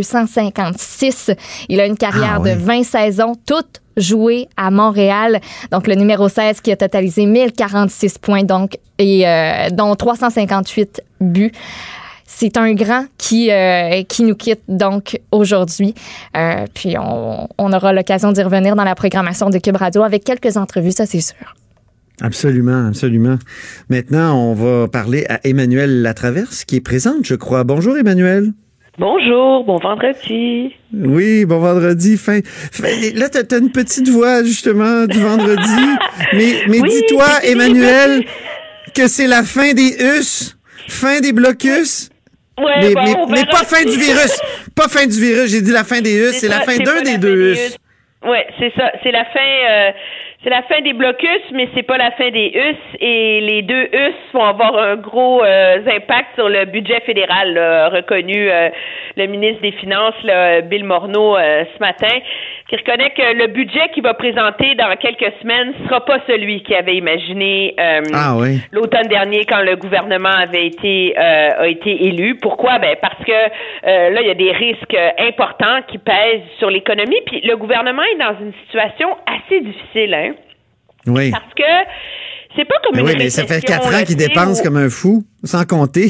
S4: 1256. Il a une carrière de 20 saisons, toutes joué à Montréal. Donc, le numéro 16 qui a totalisé 1046 points, donc, et dont 358 buts. C'est un grand qui nous quitte donc aujourd'hui. Puis, on aura l'occasion d'y revenir dans la programmation de Cube Radio avec quelques entrevues, ça c'est sûr.
S3: Absolument, absolument. Maintenant, on va parler à Emmanuelle Latraverse qui est présente, je crois. Bonjour, Emmanuelle.
S5: Bonjour, bon vendredi.
S3: Oui, bon vendredi. Là, t'as une petite voix, justement, du vendredi. Mais oui, dis-toi, Emmanuel, que c'est la fin des US, fin des blocus.
S5: Ouais,
S3: mais pas fin du virus. Pas fin du virus, j'ai dit la fin des US, c'est la fin d'un des deux US.
S5: Oui, c'est ça. C'est la fin des blocus, mais c'est pas la fin des US. Et les deux US vont avoir un gros impact sur le budget fédéral, là, reconnu le ministre des Finances, là, Bill Morneau, ce matin, qui reconnaît que le budget qu'il va présenter dans quelques semaines sera pas celui qu'il avait imaginé l'automne dernier quand le gouvernement a été élu. Pourquoi? Ben parce que là, il y a des risques importants qui pèsent sur l'économie. Puis le gouvernement est dans une situation assez difficile, hein?
S3: Oui.
S5: Parce que c'est pas comme une récession.
S3: Oui, mais ça fait 4 ans qu'il dépense comme un fou, sans compter.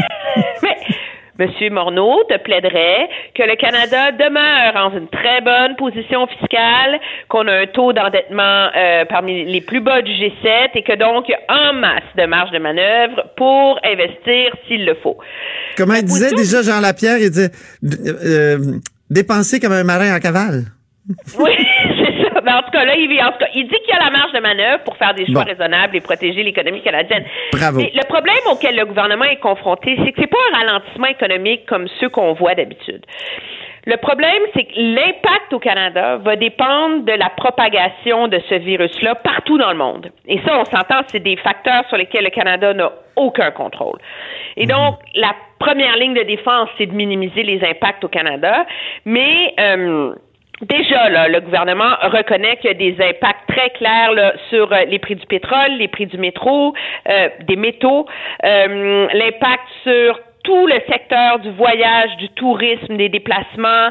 S5: Mais M. Morneau te plaiderait que le Canada demeure en une très bonne position fiscale, qu'on a un taux d'endettement parmi les plus bas du G7 et que donc il y a en masse de marge de manœuvre pour investir s'il le faut.
S3: Comment il disait déjà Jean Lapierre, il disait dépenser comme un marin en cavale.
S5: Oui, c'est ça. Mais en tout cas, là, il dit qu'il y a la marge de manœuvre pour faire des choix raisonnables et protéger l'économie canadienne.
S3: Bravo.
S5: Mais le problème auquel le gouvernement est confronté, c'est que c'est pas un ralentissement économique comme ceux qu'on voit d'habitude. Le problème, c'est que l'impact au Canada va dépendre de la propagation de ce virus-là partout dans le monde. Et ça, on s'entend, c'est des facteurs sur lesquels le Canada n'a aucun contrôle. Et donc, la première ligne de défense, c'est de minimiser les impacts au Canada, mais déjà, là, le gouvernement reconnaît qu'il y a des impacts très clairs là, sur les prix du pétrole, les prix du métro, des métaux, l'impact sur tout le secteur du voyage, du tourisme, des déplacements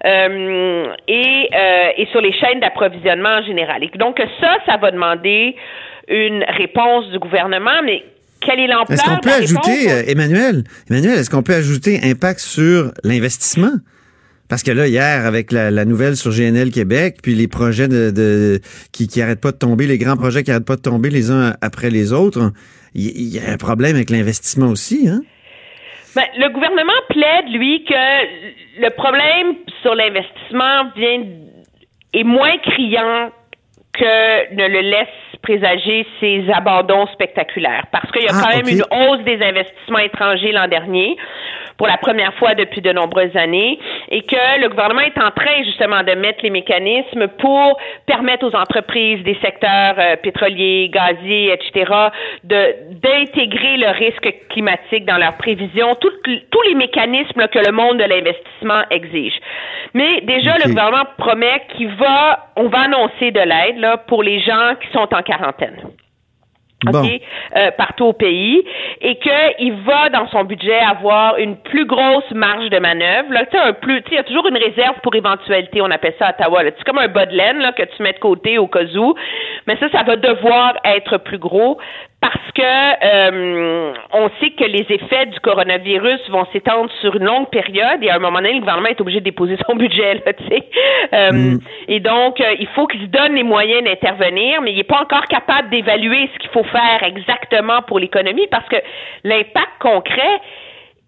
S5: et sur les chaînes d'approvisionnement en général. Et donc ça va demander une réponse du gouvernement, mais quelle est l'ampleur?
S3: Est-ce qu'on peut ajouter, Emmanuel, est-ce qu'on peut ajouter impact sur l'investissement? Parce que là, hier, avec la nouvelle sur GNL Québec, puis les projets qui arrêtent pas de tomber, les grands projets qui arrêtent pas de tomber les uns après les autres, il y a un problème avec l'investissement aussi, hein?
S5: Ben, le gouvernement plaide, lui, que le problème sur l'investissement est moins criant que ne le laisse présager ces abandons spectaculaires. Parce qu'il y a quand même une hausse des investissements étrangers l'an dernier, pour la première fois depuis de nombreuses années, et que le gouvernement est en train justement de mettre les mécanismes pour permettre aux entreprises des secteurs pétroliers, gaziers, etc., d'intégrer le risque climatique dans leurs prévisions, tous les mécanismes là, que le monde de l'investissement exige. Mais déjà, le gouvernement promet on va annoncer de l'aide là, pour les gens qui sont en quarantaine. Partout au pays, et qu'il va dans son budget avoir une plus grosse marge de manœuvre. Là, il y a toujours une réserve pour éventualité, on appelle ça à Ottawa. C'est comme un bas de laine là, que tu mets de côté au cas où, mais ça va devoir être plus gros parce que on sait que les effets du coronavirus vont s'étendre sur une longue période et à un moment donné, le gouvernement est obligé de déposer son budget, là, tu sais. Et donc, il faut qu'il se donne les moyens d'intervenir, mais il n'est pas encore capable d'évaluer ce qu'il faut faire exactement pour l'économie parce que l'impact concret,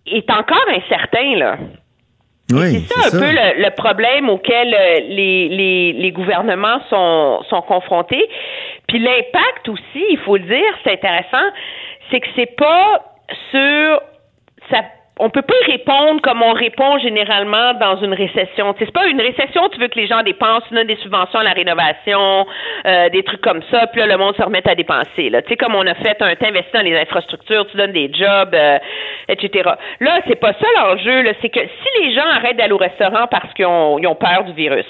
S5: est encore incertain, là.
S3: Oui,
S5: c'est ça un peu le problème auquel les gouvernements sont confrontés. Puis l'impact aussi, il faut le dire, c'est intéressant, c'est que c'est pas sur ça. On peut pas y répondre comme on répond généralement dans une récession. C'est pas une récession, tu veux que les gens dépensent, tu donnes des subventions à la rénovation, des trucs comme ça, puis là, le monde se remet à dépenser. Tu sais, comme on a fait t'investis dans les infrastructures, tu donnes des jobs, etc. Là, c'est pas ça l'enjeu, là, c'est que si les gens arrêtent d'aller au restaurant parce qu'ils ont peur du virus,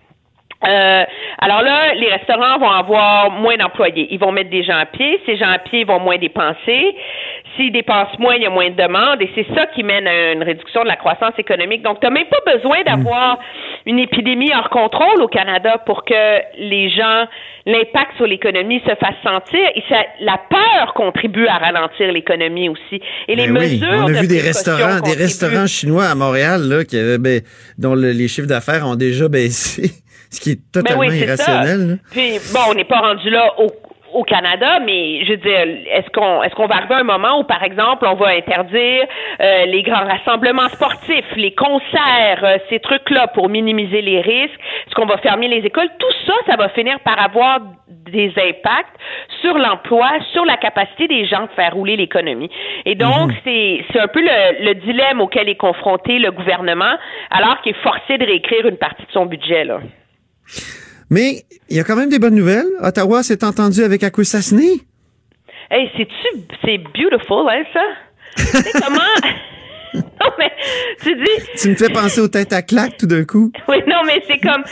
S5: alors là, les restaurants vont avoir moins d'employés. Ils vont mettre des gens à pied. Ces gens à pied vont moins dépenser. S'ils dépensent moins, il y a moins de demandes. Et c'est ça qui mène à une réduction de la croissance économique. Donc, tu n'as même pas besoin d'avoir une épidémie hors contrôle au Canada pour que les gens, l'impact sur l'économie se fasse sentir. Et la peur contribue à ralentir l'économie aussi. Et les mesures
S3: on a vu des
S5: contribuent.
S3: restaurants chinois à Montréal là, dont les chiffres d'affaires ont déjà baissé. Ce qui est totalement irrationnel.
S5: Puis, bon, on n'est pas rendu là au Canada, mais je veux dire, est-ce qu'on va arriver à un moment où, par exemple, on va interdire les grands rassemblements sportifs, les concerts, ces trucs-là pour minimiser les risques? Est-ce qu'on va fermer les écoles? Tout ça, ça va finir par avoir des impacts sur l'emploi, sur la capacité des gens de faire rouler l'économie. Et donc, c'est un peu le dilemme auquel est confronté le gouvernement, alors qu'il est forcé de réécrire une partie de son budget, là.
S3: Mais il y a quand même des bonnes nouvelles. Ottawa s'est entendu avec Akwesasne.
S5: Hey, c'est beautiful, hein, ça? Tu sais comment... Non, mais tu dis...
S3: Tu me fais penser aux têtes à claques tout d'un coup.
S5: Oui, non, mais c'est comme...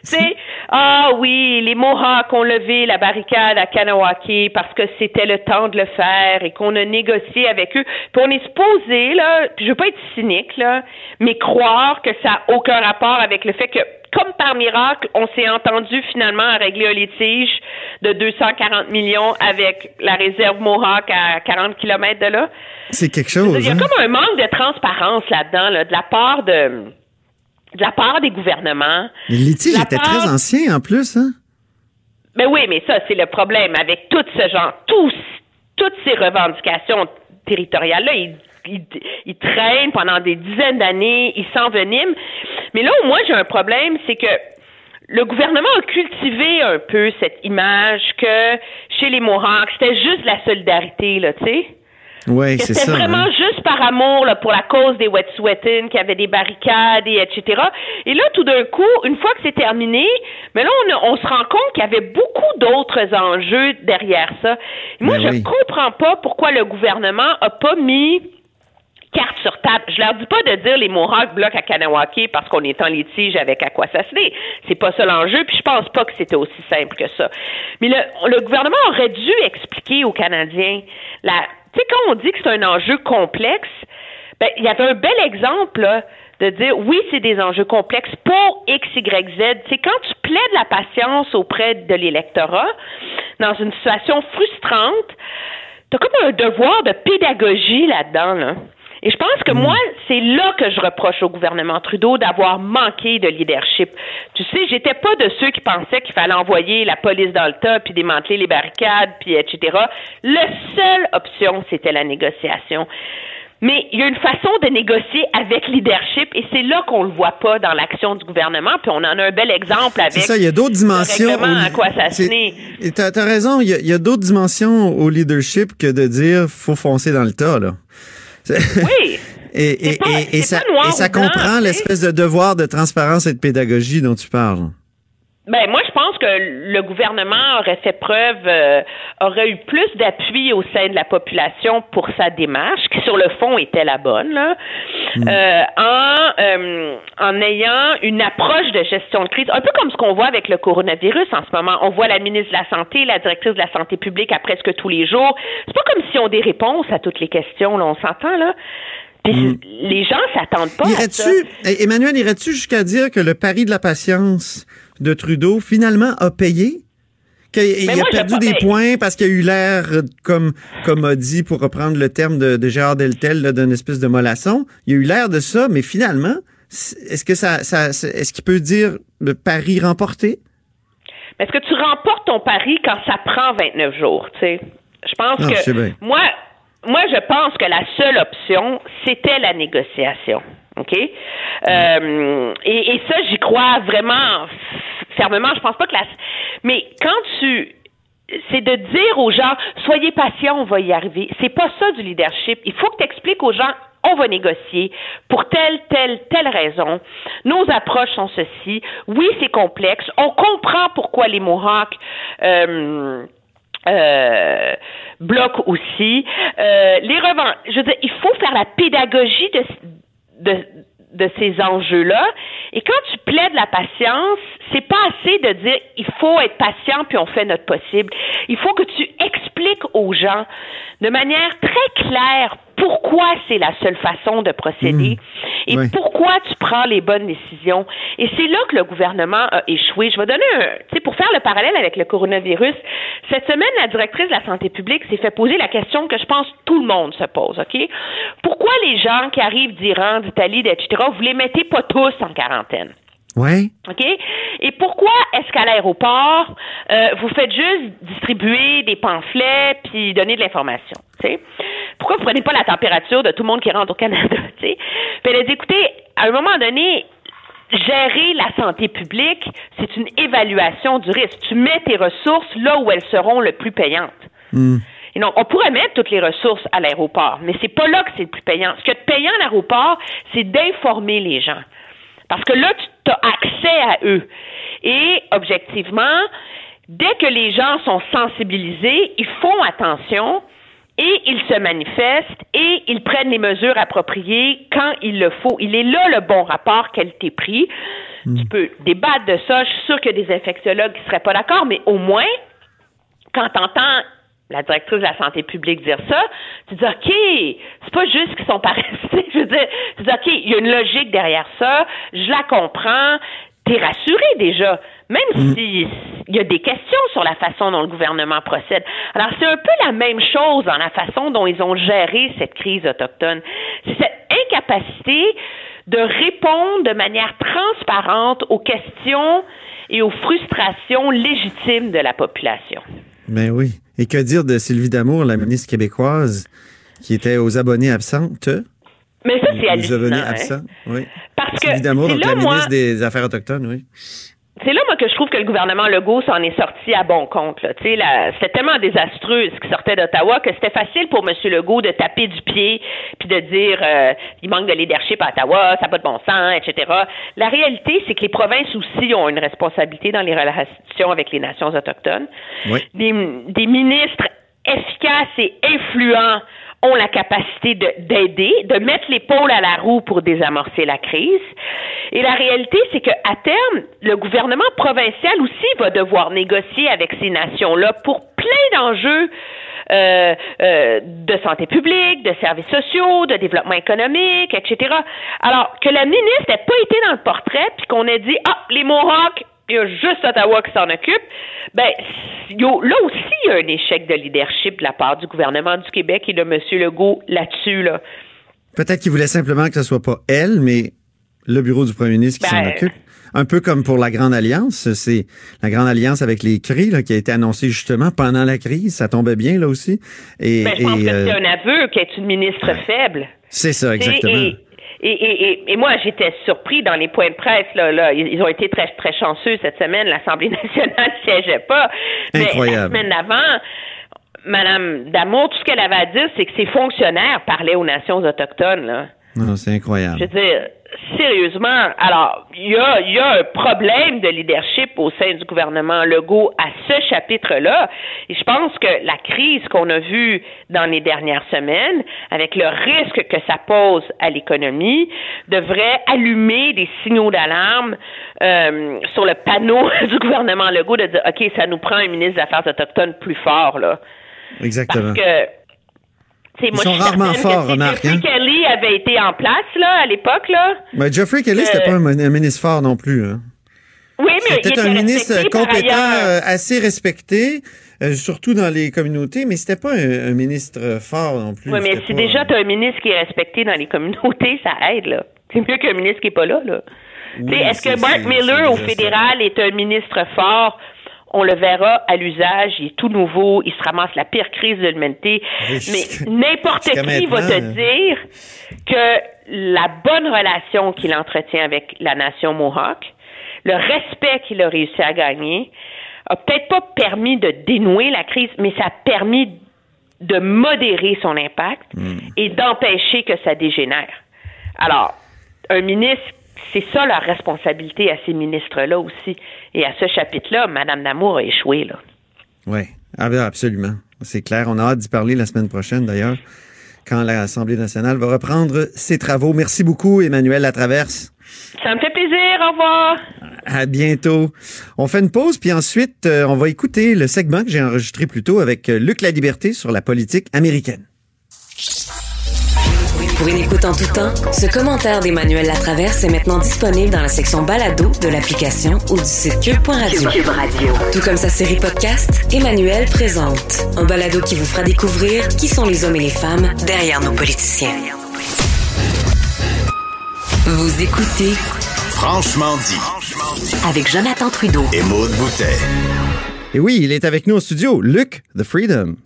S5: oui, les Mohawks ont levé la barricade à Kanawake parce que c'était le temps de le faire et qu'on a négocié avec eux. Puis on est supposé, là, puis je veux pas être cynique, là, mais croire que ça n'a aucun rapport avec le fait que, comme par miracle, on s'est entendu finalement à régler un litige de 240 millions avec la réserve Mohawk à 40 km de là.
S3: C'est quelque chose.
S5: Il y a comme un manque de transparence là-dedans, là, de la part des gouvernements.
S3: Le litige était très ancien en plus, hein?
S5: Ben oui, mais ça, c'est le problème avec tout ce genre, toutes ces revendications territoriales-là, ils traînent pendant des dizaines d'années, ils s'enveniment. Mais là où moi j'ai un problème, c'est que le gouvernement a cultivé un peu cette image que chez les Mohawks, c'était juste la solidarité, là, tu sais.
S3: Oui, c'est ça.
S5: C'était vraiment juste par amour là, pour la cause des Wet'suwet'en, qu'il y avait des barricades, et etc. Et là, tout d'un coup, une fois que c'est terminé, mais là, on se rend compte qu'il y avait beaucoup d'autres enjeux derrière ça. Et moi, je comprends pas pourquoi le gouvernement a pas mis carte sur table. Je leur dis pas de dire les Mohawks bloquent à Kanawake parce qu'on est en litige avec Akwesasne. C'est pas ça l'enjeu, puis je pense pas que c'était aussi simple que ça. Mais le gouvernement aurait dû expliquer aux Canadiens tu sais, quand on dit que c'est un enjeu complexe, ben, il y avait un bel exemple, là, de dire, oui, c'est des enjeux complexes pour X, Y, Z. Tu sais, quand tu plaides la patience auprès de l'électorat, dans une situation frustrante, t'as comme un devoir de pédagogie là-dedans, là. Et je pense que moi, c'est là que je reproche au gouvernement Trudeau d'avoir manqué de leadership. Tu sais, j'étais pas de ceux qui pensaient qu'il fallait envoyer la police dans le tas, puis démanteler les barricades, puis etc. La seule option, c'était la négociation. Mais il y a une façon de négocier avec leadership et c'est là qu'on le voit pas dans l'action du gouvernement. Puis on en a un bel exemple avec
S3: c'est ça, il y a d'autres dimensions. T'as raison, il y a d'autres dimensions au leadership que de dire faut foncer dans le tas, là.
S5: Oui.
S3: Et ça comprend l'espèce de devoir de transparence et de pédagogie dont tu parles.
S5: Ben moi je pense que le gouvernement aurait fait preuve, aurait eu plus d'appui au sein de la population pour sa démarche, qui sur le fond était la bonne, là, en ayant une approche de gestion de crise, un peu comme ce qu'on voit avec le coronavirus en ce moment. On voit la ministre de la Santé, la directrice de la Santé publique à presque tous les jours. C'est pas comme si on a des réponses à toutes les questions, là, on s'entend, là. Puis les gens s'attendent pas à ça.
S3: Emmanuel, irais-tu jusqu'à dire que le pari de la patience de Trudeau, finalement, a payé? Qu'il a perdu des points parce qu'il a eu l'air, comme a dit, pour reprendre le terme de Gérard Deltel, là, d'une espèce de mollasson. Il a eu l'air de ça, mais finalement, est-ce qu'il peut dire le pari remporté?
S5: Est-ce que tu remportes ton pari quand ça prend 29 jours, tu sais? Je pense que moi, moi, je pense que la seule option, c'était la négociation. OK? Et ça, j'y crois vraiment fermement. Je pense pas que mais c'est de dire aux gens, soyez patients, on va y arriver. C'est pas ça du leadership. Il faut que tu expliques aux gens, on va négocier pour telle raison. Nos approches sont ceci. Oui, c'est complexe. On comprend pourquoi les Mohawks bloquent aussi. Je veux dire, il faut faire la pédagogie de ces enjeux-là. Et quand tu plaides la patience, c'est pas assez de dire il faut être patient puis on fait notre possible. Il faut que tu expliques aux gens de manière très claire pourquoi c'est la seule façon de procéder et pourquoi tu prends les bonnes décisions. Et c'est là que le gouvernement a échoué. Je vais donner pour faire le parallèle avec le coronavirus, cette semaine, la directrice de la santé publique s'est fait poser la question que je pense tout le monde se pose, OK? Pourquoi les gens qui arrivent d'Iran, d'Italie, etc., vous les mettez pas tous en quarantaine?
S3: Oui.
S5: OK? Et pourquoi est-ce qu'à l'aéroport, vous faites juste distribuer des pamphlets puis donner de l'information? T'sais? Pourquoi vous prenez pas la température de tout le monde qui rentre au Canada? T'sais? Puis elle a dit, écoutez, à un moment donné, gérer la santé publique, c'est une évaluation du risque. Tu mets tes ressources là où elles seront le plus payantes. Et donc, on pourrait mettre toutes les ressources à l'aéroport, mais c'est pas là que c'est le plus payant. Ce qui est payant à l'aéroport, c'est d'informer les gens. Parce que là, tu as accès à eux. Et, objectivement, dès que les gens sont sensibilisés, ils font attention et ils se manifestent et ils prennent les mesures appropriées quand il le faut. Il est là le bon rapport qualité-prix. Tu peux débattre de ça. Je suis sûre qu'il y a des infectiologues qui ne seraient pas d'accord, mais au moins, quand tu entends la directrice de la santé publique dire ça, tu dis, OK, c'est pas juste qu'ils sont paresseux. Je veux dire, tu dis, OK, il y a une logique derrière ça, je la comprends, t'es rassuré déjà, même si il y a des questions sur la façon dont le gouvernement procède. Alors, c'est un peu la même chose dans la façon dont ils ont géré cette crise autochtone. C'est cette incapacité de répondre de manière transparente aux questions et aux frustrations légitimes de la population.
S3: Ben oui. Et que dire de Sylvie Damour, la ministre québécoise, qui était aux abonnés absentes?
S5: Mais ça, c'est hallucinant.
S3: Aux abonnés absents, oui.
S5: Parce
S3: Sylvie Damour, donc la ministre des Affaires autochtones, oui.
S5: C'est là, moi, que je trouve que le gouvernement Legault s'en est sorti à bon compte. Là. C'était tellement désastreux ce qui sortait d'Ottawa que c'était facile pour M. Legault de taper du pied puis de dire il manque de leadership à Ottawa, ça n'a pas de bon sens, etc. La réalité, c'est que les provinces aussi ont une responsabilité dans les relations avec les nations autochtones.
S3: Oui.
S5: Des ministres efficaces et influents ont la capacité d'aider, de mettre l'épaule à la roue pour désamorcer la crise. Et la réalité, c'est qu'à terme, le gouvernement provincial aussi va devoir négocier avec ces nations-là pour plein d'enjeux de santé publique, de services sociaux, de développement économique, etc. Alors, que la ministre n'ait pas été dans le portrait, puis qu'on ait dit, les Mohawks, il y a juste Ottawa qui s'en occupe, ben, là aussi, il y a un échec de leadership de la part du gouvernement du Québec et de M. Legault là-dessus, là.
S3: Peut-être qu'il voulait simplement que ce soit pas elle, mais le bureau du premier ministre qui s'en occupe. Un peu comme pour la Grande Alliance. C'est la Grande Alliance avec les CRI, là, qui a été annoncée justement pendant la crise. Ça tombait bien, là aussi.
S5: Je pense que c'est un aveu qu'elle est une ministre faible.
S3: C'est ça, exactement.
S5: Et moi, j'étais surpris dans les points de presse. Là, ils ont été très, très chanceux cette semaine. L'Assemblée nationale ne siégeait pas.
S3: Incroyable.
S5: Mais la semaine d'avant, Mme Damour, tout ce qu'elle avait à dire, c'est que ses fonctionnaires parlaient aux nations autochtones. Là.
S3: Non, c'est incroyable.
S5: Je veux dire, sérieusement, alors, il y a un problème de leadership au sein du gouvernement Legault à ce chapitre-là. Et je pense que la crise qu'on a vue dans les dernières semaines, avec le risque que ça pose à l'économie, devrait allumer des signaux d'alarme sur le panneau du gouvernement Legault de dire, OK, ça nous prend un ministre des Affaires autochtones plus fort, là.
S3: Exactement.
S5: Parce que
S3: ils sont rarement forts, remarque.
S5: Geoffrey Kelly avait été en place là, à l'époque. Là.
S3: Mais Geoffrey Kelly, c'était pas un ministre fort non plus. Hein.
S5: Oui, mais
S3: c'était un ministre compétent, assez respecté, surtout dans les communautés, mais c'était pas un ministre fort non plus.
S5: Oui, mais si déjà tu as un ministre qui est respecté dans les communautés, ça aide. Là. C'est mieux qu'un ministre qui n'est pas là. Oui, est-ce que Mark Miller au fédéral est un ministre fort? on le verra à l'usage, il est tout nouveau, il se ramasse la pire crise de l'humanité. Mais n'importe qui va te dire que la bonne relation qu'il entretient avec la nation Mohawk, le respect qu'il a réussi à gagner, a peut-être pas permis de dénouer la crise, mais ça a permis de modérer son impact et d'empêcher que ça dégénère. Alors, un ministre, c'est ça leur responsabilité à ces ministres-là aussi. Et à ce chapitre-là, Mme Damour a échoué, là.
S3: Oui, absolument. C'est clair. On a hâte d'y parler la semaine prochaine, d'ailleurs, quand l'Assemblée nationale va reprendre ses travaux. Merci beaucoup, Emmanuelle Latraverse.
S5: Ça me fait plaisir. Au revoir.
S3: À bientôt. On fait une pause, puis ensuite, on va écouter le segment que j'ai enregistré plus tôt avec Luc Laliberté sur la politique américaine.
S6: Pour une écoute en tout temps, ce commentaire d'Emmanuelle Latraverse est maintenant disponible dans la section balado de l'application ou du site cube.radio. Tout comme sa série podcast, Emmanuelle présente. Un balado qui vous fera découvrir qui sont les hommes et les femmes derrière nos politiciens. Vous écoutez
S2: Franchement dit.
S6: Avec Jonathan Trudeau
S2: et Maude Boutet.
S3: Et oui, il est avec nous au studio, Luc The Freedom.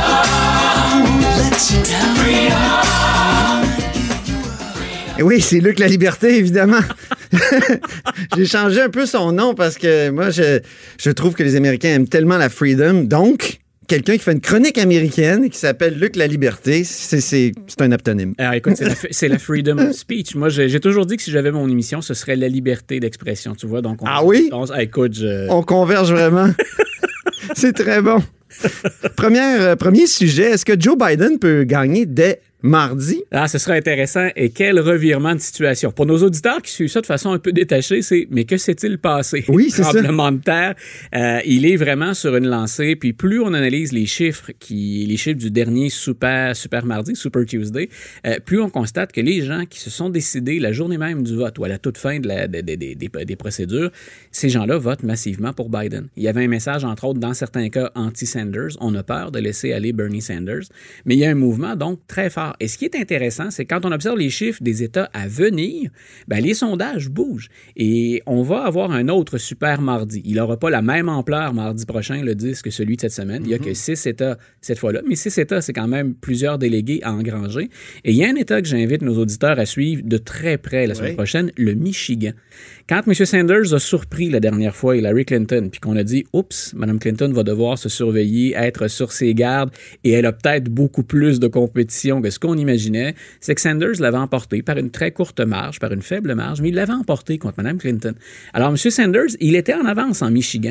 S3: Et oui, c'est Luc La Liberté, évidemment. J'ai changé un peu son nom parce que moi, je trouve que les Américains aiment tellement la freedom. Donc, quelqu'un qui fait une chronique américaine et qui s'appelle Luc La Liberté, c'est un aptonyme.
S7: Alors écoute, c'est la freedom of speech. Moi, j'ai toujours dit que si j'avais mon émission, ce serait la liberté d'expression, tu vois. Donc
S3: oui?
S7: Écoute,
S3: on converge vraiment. C'est très bon. Premier sujet, est-ce que Joe Biden peut gagner dès mardi?
S7: Ce serait intéressant. Et quel revirement de situation. Pour nos auditeurs qui suivent ça de façon un peu détachée, mais que s'est-il passé?
S3: Oui, c'est ça.
S7: Tremblement de terre. Il est vraiment sur une lancée. Puis plus on analyse les chiffres du dernier Super Mardi, Super Tuesday, plus on constate que les gens qui se sont décidés la journée même du vote ou à la toute fin des procédures, ces gens-là votent massivement pour Biden. Il y avait un message, entre autres, dans certains cas, anti-Sanders. On a peur de laisser aller Bernie Sanders. Mais il y a un mouvement, donc, très fort. Et ce qui est intéressant, c'est quand on observe les chiffres des États à venir, les sondages bougent. Et on va avoir un autre super mardi. Il n'aura pas la même ampleur mardi prochain, le 10, que celui de cette semaine. Il n'y a que 6 États cette fois-là. Mais 6 États, c'est quand même plusieurs délégués à engranger. Et il y a un État que j'invite nos auditeurs à suivre de très près la semaine prochaine, le Michigan. Quand M. Sanders a surpris la dernière fois Hillary Clinton, puis qu'on a dit « Oups, Mme Clinton va devoir se surveiller, être sur ses gardes, et elle a peut-être beaucoup plus de compétition que ce qu'on imaginait », c'est que Sanders l'avait emporté par une très courte marge, par une faible marge, mais il l'avait emporté contre Mme Clinton. Alors, M. Sanders, il était en avance au Michigan.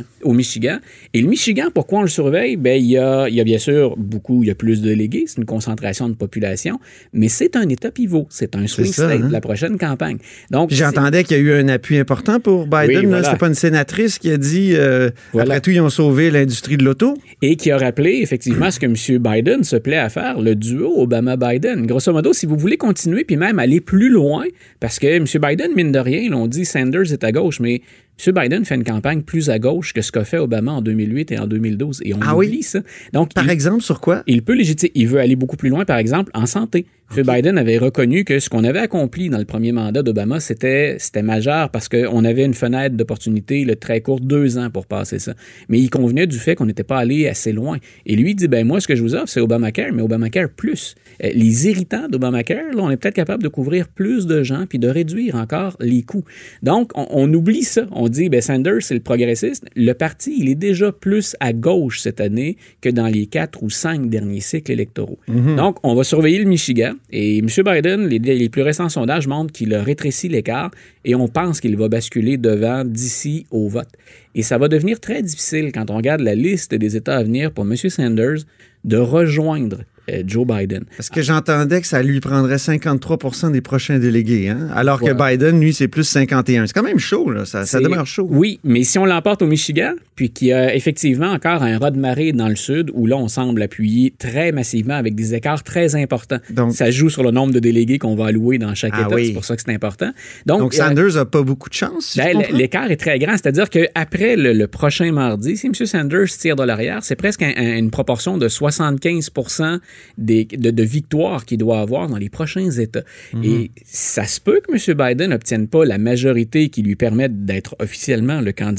S7: Et le Michigan, pourquoi on le surveille? Il y a bien sûr il y a plus de délégués, c'est une concentration de population, mais c'est un État pivot, c'est un swing state de la prochaine campagne. Donc,
S3: j'entendais qu'il y a eu un appui important pour Biden. Oui, voilà. C'était pas une sénatrice qui a dit après tout, ils ont sauvé l'industrie de l'auto.
S7: Et qui a rappelé effectivement ce que M. Biden se plaît à faire, le duo Obama-Biden. Grosso modo, si vous voulez continuer puis même aller plus loin, parce que M. Biden, mine de rien, on dit Sanders est à gauche, mais M. Biden fait une campagne plus à gauche que ce qu'a fait Obama en 2008 et en 2012. Et on oublie ça. Donc,
S3: par exemple, sur quoi?
S7: Il peut légitimer. Il veut aller beaucoup plus loin, par exemple, en santé. M. Biden avait reconnu que ce qu'on avait accompli dans le premier mandat d'Obama, c'était majeur parce qu'on avait une fenêtre d'opportunité très courte, 2 ans pour passer ça. Mais il convenait du fait qu'on n'était pas allé assez loin. Et lui dit, moi, ce que je vous offre, c'est Obamacare, mais Obamacare plus. Les irritants d'Obamacare, là, on est peut-être capable de couvrir plus de gens puis de réduire encore les coûts. Donc, on oublie ça. On dit, Sanders, c'est le progressiste. Le parti, il est déjà plus à gauche cette année que dans les 4 ou 5 derniers cycles électoraux. Mm-hmm. Donc, on va surveiller le Michigan. Et M. Biden, les plus récents sondages montrent qu'il a rétréci l'écart et on pense qu'il va basculer devant d'ici au vote. Et ça va devenir très difficile quand on regarde la liste des États à venir pour M. Sanders de rejoindre Joe Biden.
S3: Parce que j'entendais que ça lui prendrait 53% des prochains délégués, hein? Alors que Biden, lui, c'est plus 51. C'est quand même chaud, là. Ça demeure chaud.
S7: Oui, mais si on l'emporte au Michigan, puis qu'il y a effectivement encore un raz de marée dans le sud, où là, on semble appuyer très massivement avec des écarts très importants. Donc, ça joue sur le nombre de délégués qu'on va allouer dans chaque État. C'est pour ça que c'est important. Donc
S3: Sanders n'a pas beaucoup de chance, si
S7: l'écart est très grand. C'est-à-dire qu'après le prochain mardi, si M. Sanders tire de l'arrière, c'est presque une proportion de 75% de victoires qu'il doit avoir dans les prochains États. Mm-hmm. Et ça se peut que M. Biden n'obtienne pas la majorité qui lui permette d'être officiellement le candidat,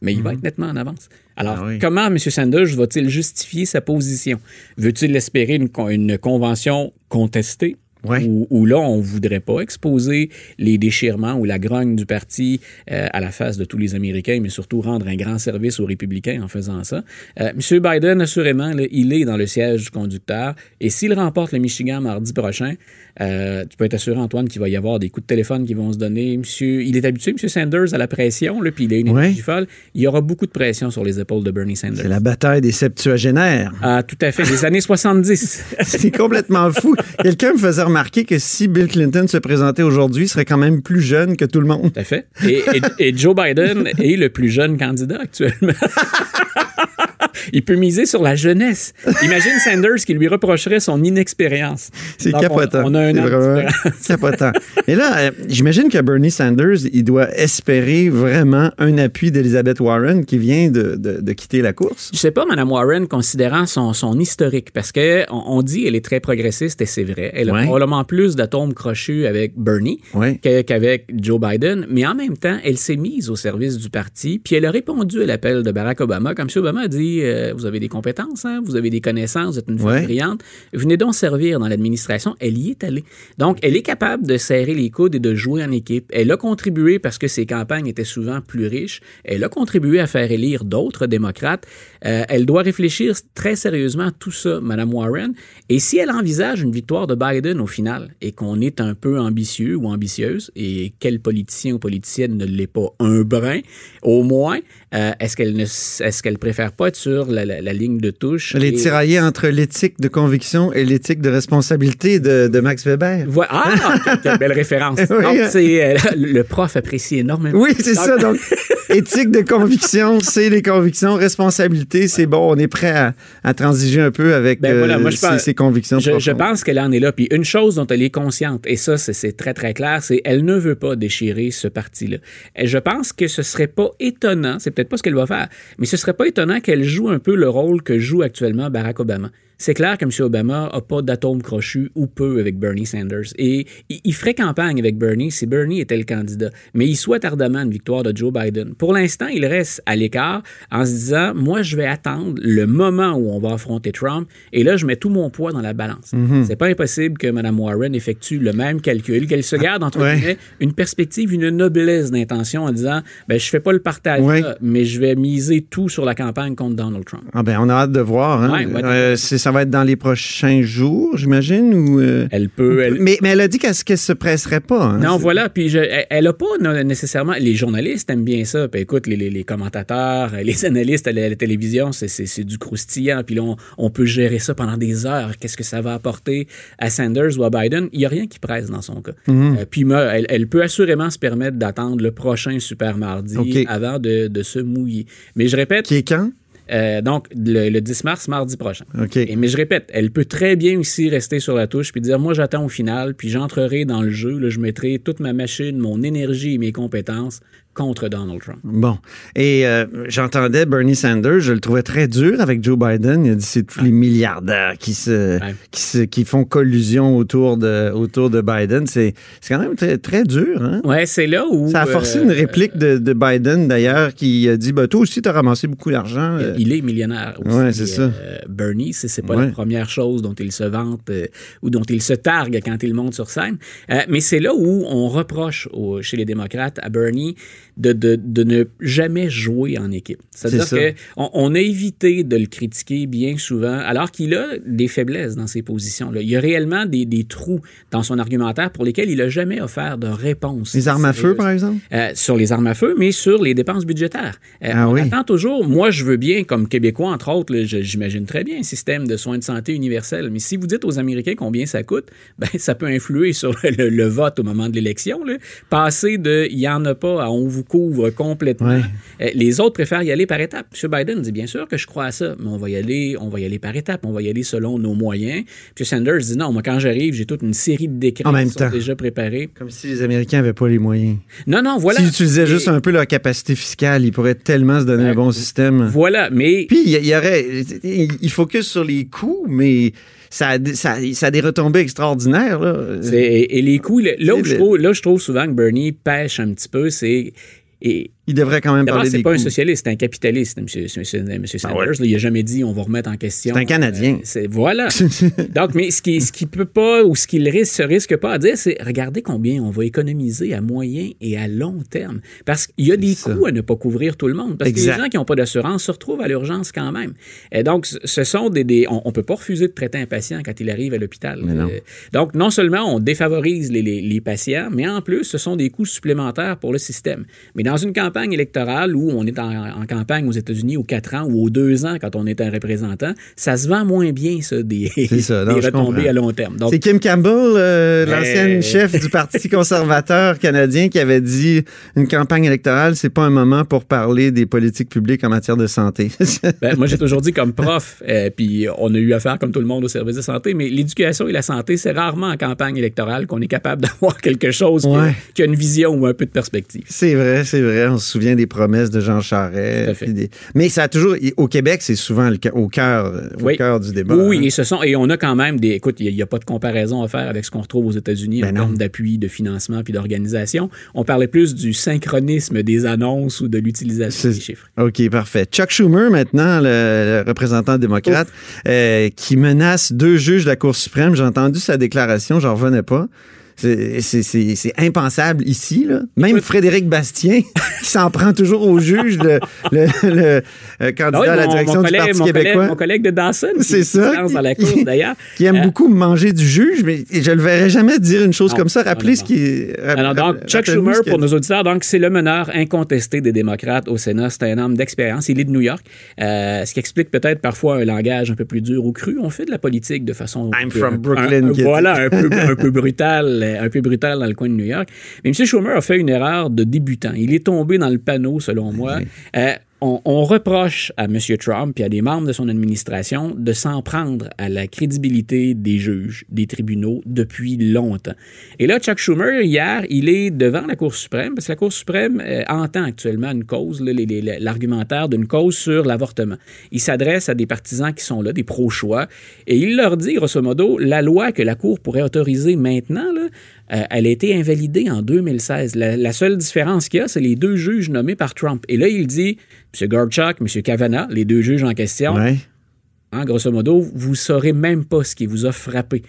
S7: mais il va être nettement en avance. Alors, comment M. Sanders va-t-il justifier sa position? Veut-il espérer une convention contestée? Où là, on ne voudrait pas exposer les déchirements ou la grogne du parti à la face de tous les Américains, mais surtout rendre un grand service aux républicains en faisant ça. M. Biden, assurément, là, il est dans le siège du conducteur. Et s'il remporte le Michigan mardi prochain, tu peux être assuré, Antoine, qu'il va y avoir des coups de téléphone qui vont se donner. Il est habitué, M. Sanders, à la pression, là, puis il a une énergie folle. Il y aura beaucoup de pression sur les épaules de Bernie Sanders.
S3: C'est la bataille des septuagénaires.
S7: Ah, tout à fait, des années 70.
S3: C'est complètement fou. Quelqu'un me faisait remarquer que si Bill Clinton se présentait aujourd'hui, il serait quand même plus jeune que tout le monde.
S7: Tout à fait. Et Joe Biden est le plus jeune candidat actuellement. Il peut miser sur la jeunesse. Imagine Sanders qui lui reprocherait son inexpérience.
S3: C'est capotant.
S7: On a un an
S3: capotant. Et là, j'imagine que Bernie Sanders, il doit espérer vraiment un appui d'Elizabeth Warren qui vient de quitter la course.
S7: Je sais pas, Mme Warren, considérant son historique, parce qu'on dit qu'elle est très progressiste, et c'est vrai. Elle a probablement plus d'atomes crochus avec Bernie qu'avec Joe Biden, mais en même temps, elle s'est mise au service du parti, puis elle a répondu à l'appel de Barack Obama, comme M. Obama a dit vous avez des compétences, hein? Vous avez des connaissances, vous êtes une femme brillante, venez donc servir dans l'administration. Elle y est allée. Donc, elle est capable de serrer les coudes et de jouer en équipe. Elle a contribué parce que ses campagnes étaient souvent plus riches. Elle a contribué à faire élire d'autres démocrates. Elle doit réfléchir très sérieusement à tout ça, Mme Warren. Et si elle envisage une victoire de Biden au final et qu'on est un peu ambitieux ou ambitieuse, et quel politicien ou politicienne ne l'est pas un brin, au moins, est-ce qu'elle préfère pas être sur la ligne de touche?
S3: Elle est tiraillée entre l'éthique de conviction et l'éthique de responsabilité de Max Weber.
S7: Quelle belle référence. Donc, le prof apprécie énormément.
S3: Oui, c'est ça. Donc, éthique de conviction, c'est les convictions. Responsabilité, c'est bon, on est prêt à transiger un peu avec ses convictions.
S7: Je pense qu'elle en est là. Puis une chose dont elle est consciente, et ça, c'est très, très clair, c'est qu'elle ne veut pas déchirer ce parti-là. Et je pense que ce serait pas étonnant, c'est peut-être pas ce qu'elle va faire, mais ce serait pas étonnant qu'elle joue un peu le rôle que joue actuellement Barack Obama. C'est clair que M. Obama n'a pas d'atome crochu ou peu avec Bernie Sanders. Et il ferait campagne avec Bernie si Bernie était le candidat. Mais il souhaite ardemment une victoire de Joe Biden. Pour l'instant, il reste à l'écart en se disant, moi, je vais attendre le moment où on va affronter Trump. Et là, je mets tout mon poids dans la balance. C'est pas impossible que Mme Warren effectue le même calcul, qu'elle se garde, entre guillemets, une perspective, une noblesse d'intention en disant, je fais pas le partage là, mais je vais miser tout sur la campagne contre Donald Trump.
S3: On a hâte de voir. Hein? Ça va être dans les prochains jours, j'imagine? Ou
S7: Elle peut...
S3: Mais elle a dit qu'elle se presserait pas. Hein?
S7: Non, voilà. Puis elle n'a pas nécessairement... Les journalistes aiment bien ça. Puis écoute, les commentateurs, les analystes à la télévision, c'est du croustillant. Puis là, on peut gérer ça pendant des heures. Qu'est-ce que ça va apporter à Sanders ou à Biden? Il n'y a rien qui presse dans son cas. Puis elle peut assurément se permettre d'attendre le prochain super mardi avant de se mouiller. Mais je répète...
S3: Qui est quand?
S7: Donc, le 10 mars, mardi prochain. Mais je répète, elle peut très bien aussi rester sur la touche puis dire, moi, j'attends au final, puis j'entrerai dans le jeu. Là, je mettrai toute ma machine, mon énergie et mes compétences contre Donald Trump.
S3: Bon. Et j'entendais Bernie Sanders, je le trouvais très dur avec Joe Biden. Il a dit c'est tous les milliardaires qui font collusion autour de Biden. C'est quand même très, très dur. Hein?
S7: Ouais, c'est là où...
S3: Ça a forcé une réplique de Biden, d'ailleurs, qui a dit, toi aussi, tu as ramassé beaucoup d'argent.
S7: Il est millionnaire aussi.
S3: Ouais, c'est ça.
S7: Bernie, c'est pas la première chose dont il se vante ou dont il se targue quand il monte sur scène. Mais c'est là où on reproche chez les démocrates à Bernie de ne jamais jouer en équipe. C'est-à-dire qu'on a évité de le critiquer bien souvent, alors qu'il a des faiblesses dans ses positions-là. Il y a réellement des trous dans son argumentaire pour lesquels il n'a jamais offert de réponse.
S3: Les armes à feu, par exemple?
S7: Sur les armes à feu, mais sur les dépenses budgétaires. On attend toujours, moi je veux bien, comme Québécois, entre autres, j'imagine très bien un système de soins de santé universel, mais si vous dites aux Américains combien ça coûte, ça peut influer sur le vote au moment de l'élection. Là. Passer de « il n'y en a pas » à « on vous couvre complètement ». Les autres préfèrent y aller par étapes. M. Biden dit bien sûr que je crois à ça, mais on va y aller par étapes, on va y aller selon nos moyens. M. Sanders dit non, moi quand j'arrive, j'ai toute une série de décrets qui sont déjà préparés.
S3: Comme si les Américains n'avaient pas les moyens.
S7: Non, voilà.
S3: S'ils utilisaient juste un peu leur capacité fiscale, ils pourraient tellement se donner un bon système.
S7: Voilà, mais...
S3: Puis il focus sur les coûts, mais... Ça a des retombées extraordinaires. Là.
S7: Et les coûts, là où je trouve souvent que Bernie pêche un petit peu, c'est... Et
S3: Il devrait quand même parler des
S7: c'est pas
S3: coûts.
S7: un socialiste, c'est un capitaliste, M. Sanders.
S3: ouais.
S7: Là, il n'a jamais dit on va remettre en question.
S3: C'est un Canadien.
S7: Voilà. Donc, mais ce qui peut pas ou ce qu'il se risque pas à dire, c'est regardez combien on va économiser à moyen et à long terme. Parce qu'il y a des coûts à ne pas couvrir tout le monde. Parce que les gens qui n'ont pas d'assurance se retrouvent à l'urgence quand même. Et donc, ce sont on peut pas refuser de traiter un patient quand il arrive à l'hôpital. Donc, non seulement on défavorise les patients, mais en plus, ce sont des coûts supplémentaires pour le système. Mais dans une campagne électorale où on est en campagne aux États-Unis aux 4 ans ou aux 2 ans quand on est un représentant, ça se vend moins bien, ça, des retombées à long terme. Donc,
S3: c'est Kim Campbell, l'ancienne chef du Parti conservateur canadien, qui avait dit une campagne électorale, c'est pas un moment pour parler des politiques publiques en matière de santé.
S7: Moi, j'ai toujours dit comme prof, puis on a eu affaire comme tout le monde au service de santé, mais l'éducation et la santé, c'est rarement en campagne électorale qu'on est capable d'avoir quelque chose qui a une vision ou un peu de perspective.
S3: C'est vrai. On se souvient des promesses de Jean Charest. Mais ça a toujours... Au Québec, c'est souvent au cœur du débat.
S7: Oui, et on a quand même des... Écoute, il n'y a pas de comparaison à faire avec ce qu'on retrouve aux États-Unis en termes d'appui, de financement puis d'organisation. On parlait plus du synchronisme des annonces ou de l'utilisation des chiffres.
S3: OK, parfait. Chuck Schumer, maintenant, le représentant démocrate, qui menace 2 juges de la Cour suprême. J'ai entendu sa déclaration, j'en revenais pas. C'est impensable ici, là. Même Frédéric Bastien, qui s'en prend toujours au juge, le candidat à la direction du Parti québécois.
S7: Mon collègue de Dawson,
S3: c'est ça,
S7: dans la cour, d'ailleurs.
S3: Qui aime beaucoup manger du juge, mais je le verrai jamais dire une chose comme ça. Rappelez ce qui est...
S7: Donc, Chuck Schumer, pour nos auditeurs, donc, c'est le meneur incontesté des démocrates au Sénat. C'est un homme d'expérience. Il est de New York. Ce qui explique peut-être parfois un langage un peu plus dur ou cru. On fait de la politique de façon...
S3: I'm from Brooklyn.
S7: Un peu brutal dans le coin de New York. Mais M. Schumer a fait une erreur de débutant. Il est tombé dans le panneau, selon moi. On reproche à M. Trump et à des membres de son administration de s'en prendre à la crédibilité des juges, des tribunaux, depuis longtemps. Et là, Chuck Schumer, hier, il est devant la Cour suprême, parce que la Cour suprême entend actuellement une cause, l'argumentaire d'une cause sur l'avortement. Il s'adresse à des partisans qui sont là, des pro-choix, et il leur dit, grosso modo, la loi que la Cour pourrait autoriser maintenant, là, elle a été invalidée en 2016. La seule différence qu'il y a, c'est les 2 juges nommés par Trump. Et là, il dit, M. Gorsuch, M. Kavanaugh, les 2 juges en question, grosso modo, vous ne saurez même pas ce qui vous a frappé.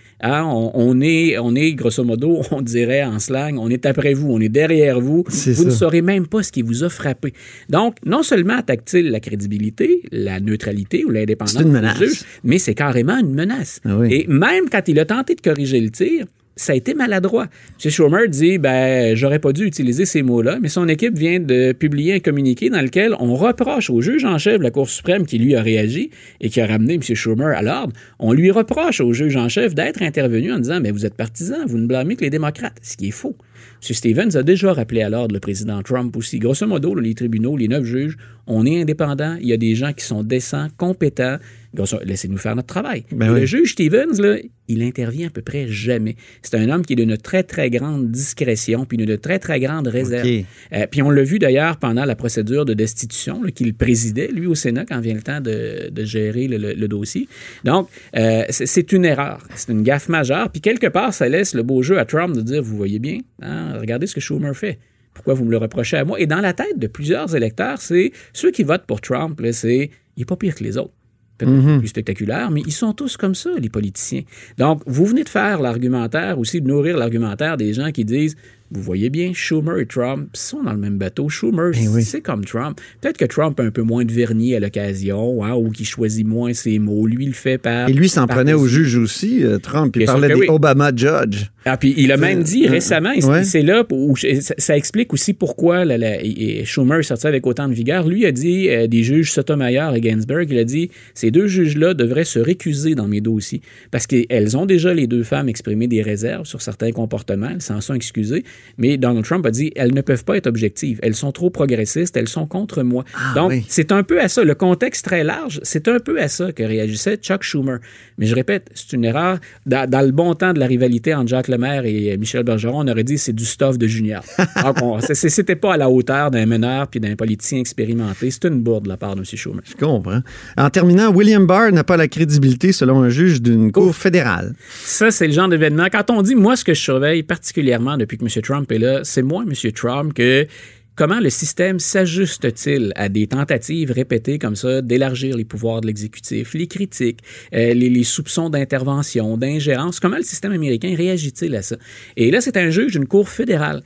S7: On est, grosso modo, on dirait en slang, on est après vous, on est derrière vous. Vous ne saurez même pas ce qui vous a frappé. Donc, non seulement attaque-t-il la crédibilité, la neutralité ou l'indépendance du juge, mais c'est carrément une menace. Et même quand il a tenté de corriger le tir, ça a été maladroit. M. Schumer dit, j'aurais pas dû utiliser ces mots-là, mais son équipe vient de publier un communiqué dans lequel on reproche au juge en chef de la Cour suprême qui, lui, a réagi et qui a ramené M. Schumer à l'ordre, on lui reproche au juge en chef d'être intervenu en disant, mais vous êtes partisan, vous ne blâmez que les démocrates, ce qui est faux. M. Stevens a déjà rappelé à l'ordre le président Trump aussi. Grosso modo, les tribunaux, les 9 juges, on est indépendants, il y a des gens qui sont décents, compétents. Laissez-nous faire notre travail. Le juge Stevens, là, il intervient à peu près jamais. C'est un homme qui est d'une très, très grande discrétion puis d'une très, très grande réserve. Puis on l'a vu d'ailleurs pendant la procédure de destitution qu'il présidait, lui, au Sénat, quand vient le temps de gérer le dossier. Donc, c'est une erreur. C'est une gaffe majeure. Puis quelque part, ça laisse le beau jeu à Trump de dire, vous voyez bien, regardez ce que Schumer fait. Pourquoi vous me le reprochez à moi? Et dans la tête de plusieurs électeurs, c'est ceux qui votent pour Trump, là, il n'est pas pire que les autres. Peut-être plus spectaculaire, mais ils sont tous comme ça, les politiciens. Donc, vous venez de faire l'argumentaire, aussi de nourrir l'argumentaire des gens qui disent, vous voyez bien, Schumer et Trump sont dans le même bateau. Schumer, c'est comme Trump. Peut-être que Trump a un peu moins de vernis à l'occasion, ou qu'il choisit moins ses mots. Lui, il le fait par... Et
S3: lui s'en prenait au juge aussi, Trump. Il parlait des Obama Judge.
S7: Puis il a même dit récemment, c'est là où ça explique aussi pourquoi Schumer est sorti avec autant de vigueur. Lui a dit, des juges Sotomayor et Ginsburg, il a dit, ces 2 juges-là devraient se récuser dans mes dossiers. Parce qu'elles ont déjà, les 2 femmes, exprimé des réserves sur certains comportements. Elles s'en sont excusées. Mais Donald Trump a dit, elles ne peuvent pas être objectives. Elles sont trop progressistes, elles sont contre moi. Donc, c'est un peu à ça. Le contexte très large, c'est un peu à ça que réagissait Chuck Schumer. Mais je répète, c'est une erreur. Dans le bon temps de la rivalité entre Jacques Lemaire et Michel Bergeron, on aurait dit c'est du stuff de junior. Donc, c'était pas à la hauteur d'un meneur puis d'un politicien expérimenté. C'est une bourde de la part de M. Schumer.
S3: Je comprends. En terminant, William Barr n'a pas la crédibilité selon un juge d'une cour fédérale.
S7: Ça, c'est le genre d'événement. Quand on dit, moi, ce que je surveille particulièrement depuis que M. Trump est là, c'est moi, M. Trump, que comment le système s'ajuste-t-il à des tentatives répétées comme ça d'élargir les pouvoirs de l'exécutif, les critiques, les soupçons d'intervention, d'ingérence? Comment le système américain réagit-il à ça? Et là, c'est un juge d'une cour fédérale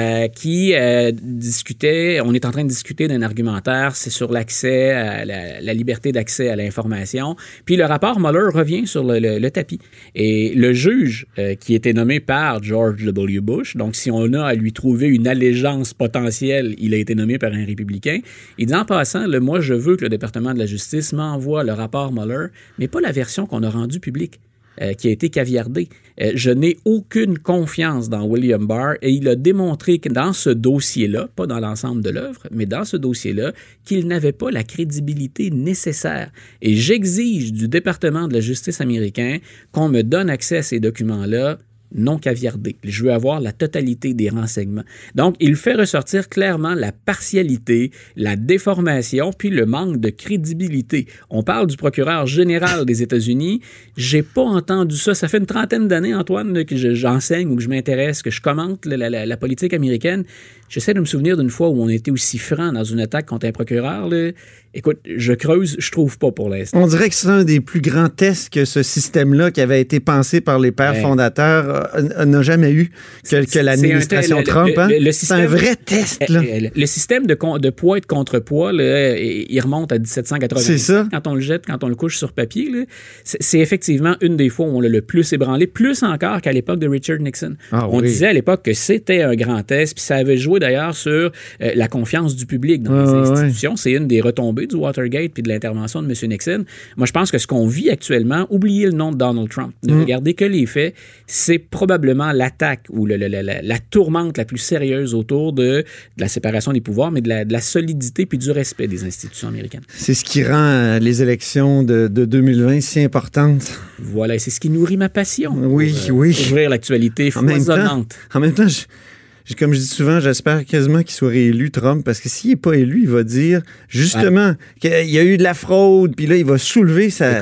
S7: qui discutait, on est en train de discuter d'un argumentaire, c'est sur l'accès, à la liberté d'accès à l'information. Puis le rapport Mueller revient sur le tapis. Et le juge qui était nommé par George W. Bush, donc si on a à lui trouver une allégeance potentielle, il a été nommé par un républicain. Il dit en passant, moi je veux que le département de la justice m'envoie le rapport Mueller, mais pas la version qu'on a rendue publique. Qui a été caviardé. Je n'ai aucune confiance dans William Barr et il a démontré que dans ce dossier-là, pas dans l'ensemble de l'œuvre, mais dans ce dossier-là, qu'il n'avait pas la crédibilité nécessaire. Et j'exige du département de la justice américain qu'on me donne accès à ces documents-là non caviardés. Je veux avoir la totalité des renseignements. Donc, il fait ressortir clairement la partialité, la déformation, puis le manque de crédibilité. On parle du procureur général des États-Unis. J'ai pas entendu ça. Ça fait une trentaine d'années, Antoine, que j'enseigne ou que je m'intéresse, que je commente la politique américaine. J'essaie de me souvenir d'une fois où on était aussi franc dans une attaque contre un procureur. Là. Écoute, je creuse, je trouve pas pour l'instant.
S3: On dirait que c'est un des plus grands tests que ce système-là, qui avait été pensé par les pères fondateurs, n'a jamais eu que l'administration Trump. C'est un vrai test. Là.
S7: Le système de poids et de contrepoids, là, il remonte à 1780.
S3: C'est ça.
S7: Quand on le jette, quand on le couche sur papier, là, c'est effectivement une des fois où on l'a le plus ébranlé, plus encore qu'à l'époque de Richard Nixon. On disait à l'époque que c'était un grand test, puis ça avait joué d'ailleurs sur la confiance du public dans les institutions. C'est une des retombées du Watergate puis de l'intervention de M. Nixon. Moi, je pense que ce qu'on vit actuellement, oubliez le nom de Donald Trump. Ne regardez que les faits, c'est probablement l'attaque ou la tourmente la plus sérieuse autour de la séparation des pouvoirs, mais de la solidité puis du respect des institutions américaines.
S3: C'est ce qui rend les élections de 2020 si importantes.
S7: Voilà, et c'est ce qui nourrit ma passion.
S3: Oui.
S7: Ouvrir l'actualité foisonnante.
S3: En même temps, comme je dis souvent, j'espère quasiment qu'il soit réélu, Trump, parce que s'il n'est pas élu, il va dire justement qu'il y a eu de la fraude, puis là, il va soulever ses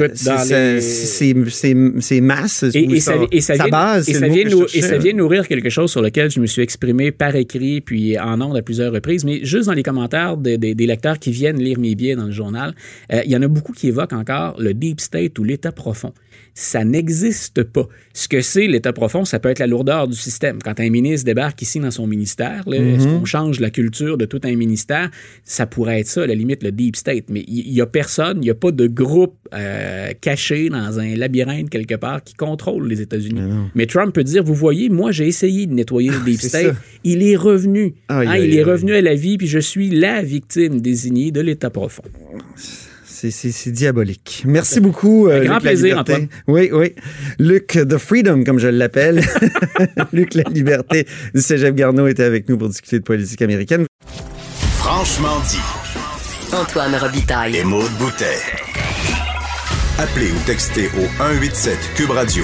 S3: masses, sa base.
S7: Et ça vient nourrir quelque chose sur lequel je me suis exprimé par écrit, puis en ondes à plusieurs reprises, mais juste dans les commentaires des lecteurs qui viennent lire mes billets dans le journal, il y en a beaucoup qui évoquent encore le deep state ou l'état profond. Ça n'existe pas. Ce que c'est l'état profond, ça peut être la lourdeur du système. Quand un ministre débarque ici dans son ministère, là, est-ce qu'on change la culture de tout un ministère? Ça pourrait être ça, à la limite, le deep state. Mais il n'y a personne, il n'y a pas de groupe caché dans un labyrinthe quelque part qui contrôle les États-Unis. Mais Trump peut dire, vous voyez, moi, j'ai essayé de nettoyer le deep state. Il est revenu. Il est revenu à la vie, puis je suis la victime désignée de l'état profond.
S3: C'est diabolique. Merci beaucoup.
S7: Un grand plaisir, Antoine.
S3: Oui. Luc The Freedom, comme je l'appelle. Luc La Liberté du Cégep Garneau était avec nous pour discuter de politique américaine.
S2: Franchement dit.
S6: Antoine Robitaille.
S2: Et Maude Boutet. Appelez ou textez au 187 Cube Radio.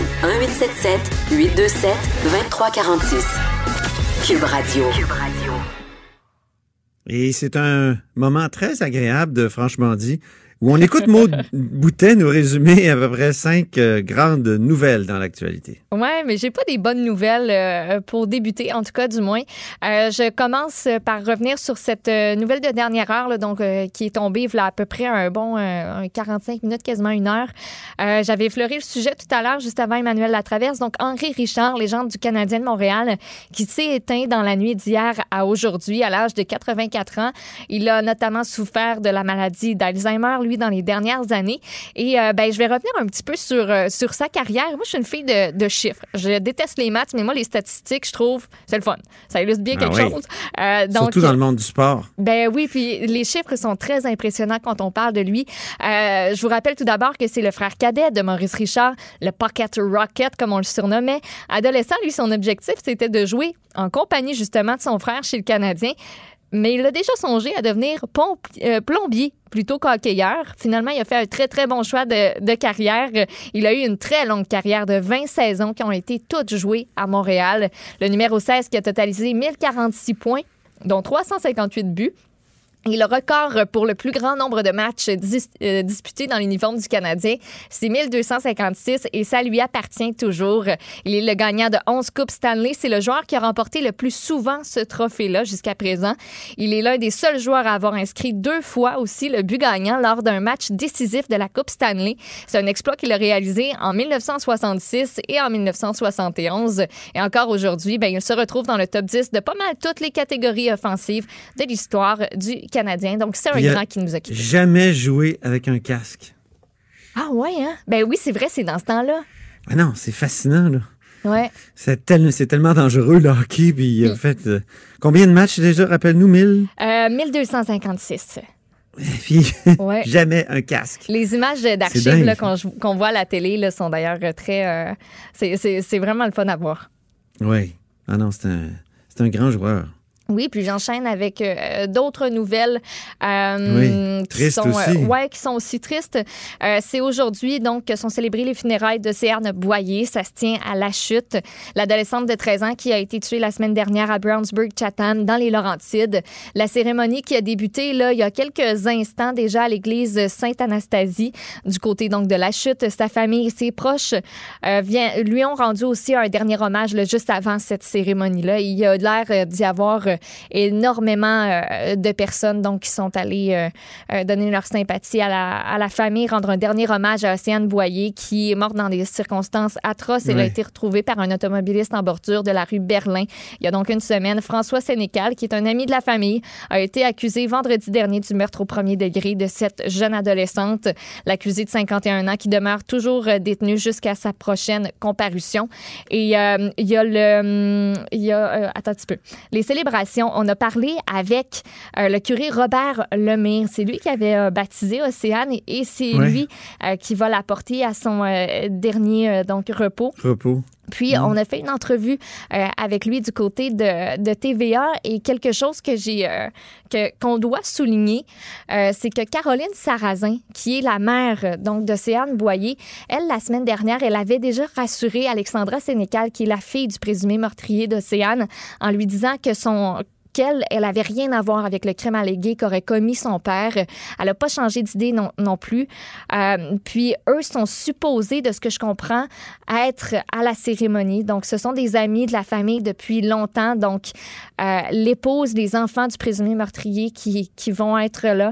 S6: 1877-827-2346. Cube Radio.
S3: Et c'est un moment très agréable de Franchement dit, où on écoute Maude Boutet nous résumer à peu près 5 grandes nouvelles dans l'actualité.
S4: Oui, mais j'ai pas des bonnes nouvelles pour débuter, en tout cas du moins. Je commence par revenir sur cette nouvelle de dernière heure, là, donc qui est tombée là, à peu près un 45 minutes, quasiment une heure. J'avais effleuré le sujet tout à l'heure, juste avant Emmanuel Latraverse. Donc, Henri Richard, légende du Canadien de Montréal, qui s'est éteint dans la nuit d'hier à aujourd'hui, à l'âge de 84 ans. Il a notamment souffert de la maladie d'Alzheimer, lui, dans les dernières années. Et je vais revenir un petit peu sur sa carrière. Moi, je suis une fille de chiffres. Je déteste les maths, mais moi, les statistiques, je trouve, c'est le fun. Ça illustre bien quelque chose.
S3: Donc, surtout dans le monde du sport.
S4: Ben oui, puis les chiffres sont très impressionnants quand on parle de lui. Je vous rappelle tout d'abord que c'est le frère cadet de Maurice Richard, le Pocket Rocket, comme on le surnommait. Adolescent, lui, son objectif, c'était de jouer en compagnie, justement, de son frère chez le Canadien. Mais il a déjà songé à devenir plombier plutôt qu'hockeyeur. Finalement, il a fait un très, très bon choix de carrière. Il a eu une très longue carrière de 20 saisons qui ont été toutes jouées à Montréal. Le numéro 16 qui a totalisé 1046 points, dont 358 buts. Et le record pour le plus grand nombre de matchs disputés dans l'uniforme du Canadien, c'est 1256 et ça lui appartient toujours. Il est le gagnant de 11 Coupes Stanley. C'est le joueur qui a remporté le plus souvent ce trophée-là jusqu'à présent. Il est l'un des seuls joueurs à avoir inscrit 2 fois aussi le but gagnant lors d'un match décisif de la Coupe Stanley. C'est un exploit qu'il a réalisé en 1966 et en 1971. Et encore aujourd'hui, il se retrouve dans le top 10 de pas mal toutes les catégories offensives de l'histoire du Canadien. Donc, c'est un grand qui nous a quittés.
S3: Jamais joué avec un casque.
S4: Ah ouais, hein? Ben oui, c'est vrai, c'est dans ce temps-là.
S3: Ah non, c'est fascinant, là.
S4: Ouais.
S3: C'est tellement dangereux, le hockey. Puis, en fait, combien de matchs déjà? Rappelle-nous, 1000?
S4: 1256.
S3: Puis,
S4: ouais.
S3: Jamais un casque.
S4: Les images d'archives là, qu'on voit à la télé là, sont d'ailleurs très... c'est vraiment le fun à voir.
S3: Oui. Ah non, c'est un grand joueur.
S4: Oui, puis j'enchaîne avec d'autres nouvelles
S3: qui
S4: sont aussi tristes. C'est aujourd'hui donc que sont célébrées les funérailles de Céane Boyer. Ça se tient à La Chute, l'adolescente de 13 ans qui a été tuée la semaine dernière à Brownsburg-Chatham dans les Laurentides. La cérémonie qui a débuté là il y a quelques instants déjà à l'église Sainte-Anastasie du côté donc de La Chute. Sa famille et ses proches lui ont rendu aussi un dernier hommage là, juste avant cette cérémonie-là. Il y a l'air d'y avoir énormément de personnes donc, qui sont allées donner leur sympathie à la famille, rendre un dernier hommage à Céane Boyer qui est morte dans des circonstances atroces. Elle a été retrouvée par un automobiliste en bordure de la rue Berlin. Il y a donc une semaine, François Sénécal, qui est un ami de la famille, a été accusé vendredi dernier du meurtre au premier degré de cette jeune adolescente. L'accusé de 51 ans qui demeure toujours détenu jusqu'à sa prochaine comparution. Et il y a attends un petit peu. Les célébrations, on a parlé avec le curé Robert Lemire. C'est lui qui avait baptisé Océane et c'est lui qui va la porter à son dernier repos. Puis, on a fait une entrevue avec lui du côté de TVA et quelque chose qu'on doit souligner, c'est que Caroline Sarrazin, qui est la mère donc de Céane Boyer, elle, la semaine dernière, elle avait déjà rassuré Alexandra Sénécal, qui est la fille du présumé meurtrier d'Océane, en lui disant que elle avait rien à voir avec le crime allégué qu'aurait commis son père. Elle n'a pas changé d'idée non plus. Puis, eux sont supposés, de ce que je comprends, être à la cérémonie. Donc, ce sont des amis de la famille depuis longtemps. Donc, l'épouse, les enfants du présumé meurtrier qui vont être là.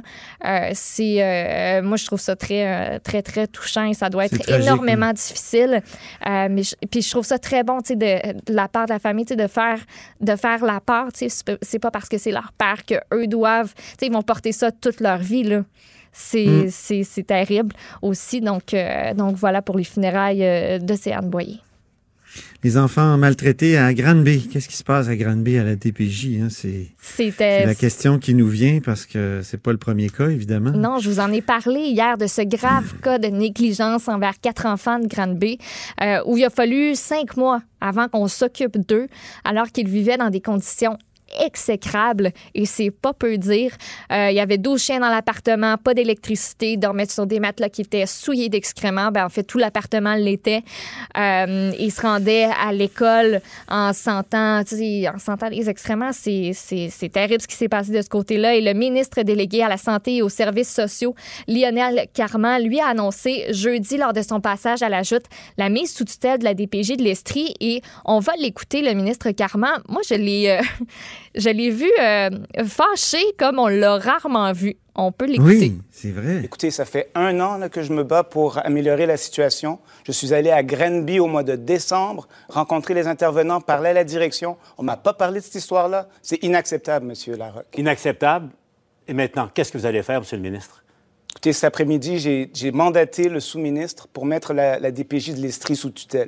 S4: Moi, je trouve ça très, très, très touchant et ça doit être énormément difficile. Puis, je trouve ça très bon, tu sais, de la part de la famille, tu sais, de faire la part, tu sais, c'est pas parce que c'est leur père qu'eux doivent... Tu sais, ils vont porter ça toute leur vie, là. C'est terrible aussi. Donc, voilà pour les funérailles de Céane Boyer.
S3: Les enfants maltraités à Granby. Qu'est-ce qui se passe à Granby à la DPJ? Hein? C'est la question qui nous vient parce que c'est pas le premier cas, évidemment.
S4: Non, je vous en ai parlé hier de ce grave cas de négligence envers 4 enfants de Granby où il a fallu 5 mois avant qu'on s'occupe d'eux alors qu'ils vivaient dans des conditions exécrable et c'est pas peu dire. Il y avait 12 chiens dans l'appartement, pas d'électricité, ils dormaient sur des matelas qui étaient souillés d'excréments. En fait, tout l'appartement l'était. Ils se rendaient à l'école en sentant les excréments. C'est terrible ce qui s'est passé de ce côté-là. Et le ministre délégué à la santé et aux services sociaux, Lionel Carman, lui a annoncé jeudi lors de son passage à la Joute la mise sous tutelle de la DPJ de l'Estrie et on va l'écouter, le ministre Carman. Moi, je l'ai vu fâché comme on l'a rarement vu. On peut l'écouter.
S3: Oui, c'est vrai.
S8: Écoutez, ça fait 1 an là, que je me bats pour améliorer la situation. Je suis allé à Granby au mois de décembre, rencontrer les intervenants, parler à la direction. On m'a pas parlé de cette histoire-là. C'est inacceptable, M. Larocque.
S9: Inacceptable. Et maintenant, qu'est-ce que vous allez faire, M. le ministre?
S8: Écoutez, cet après-midi, j'ai mandaté le sous-ministre pour mettre la DPJ de l'Estrie sous tutelle.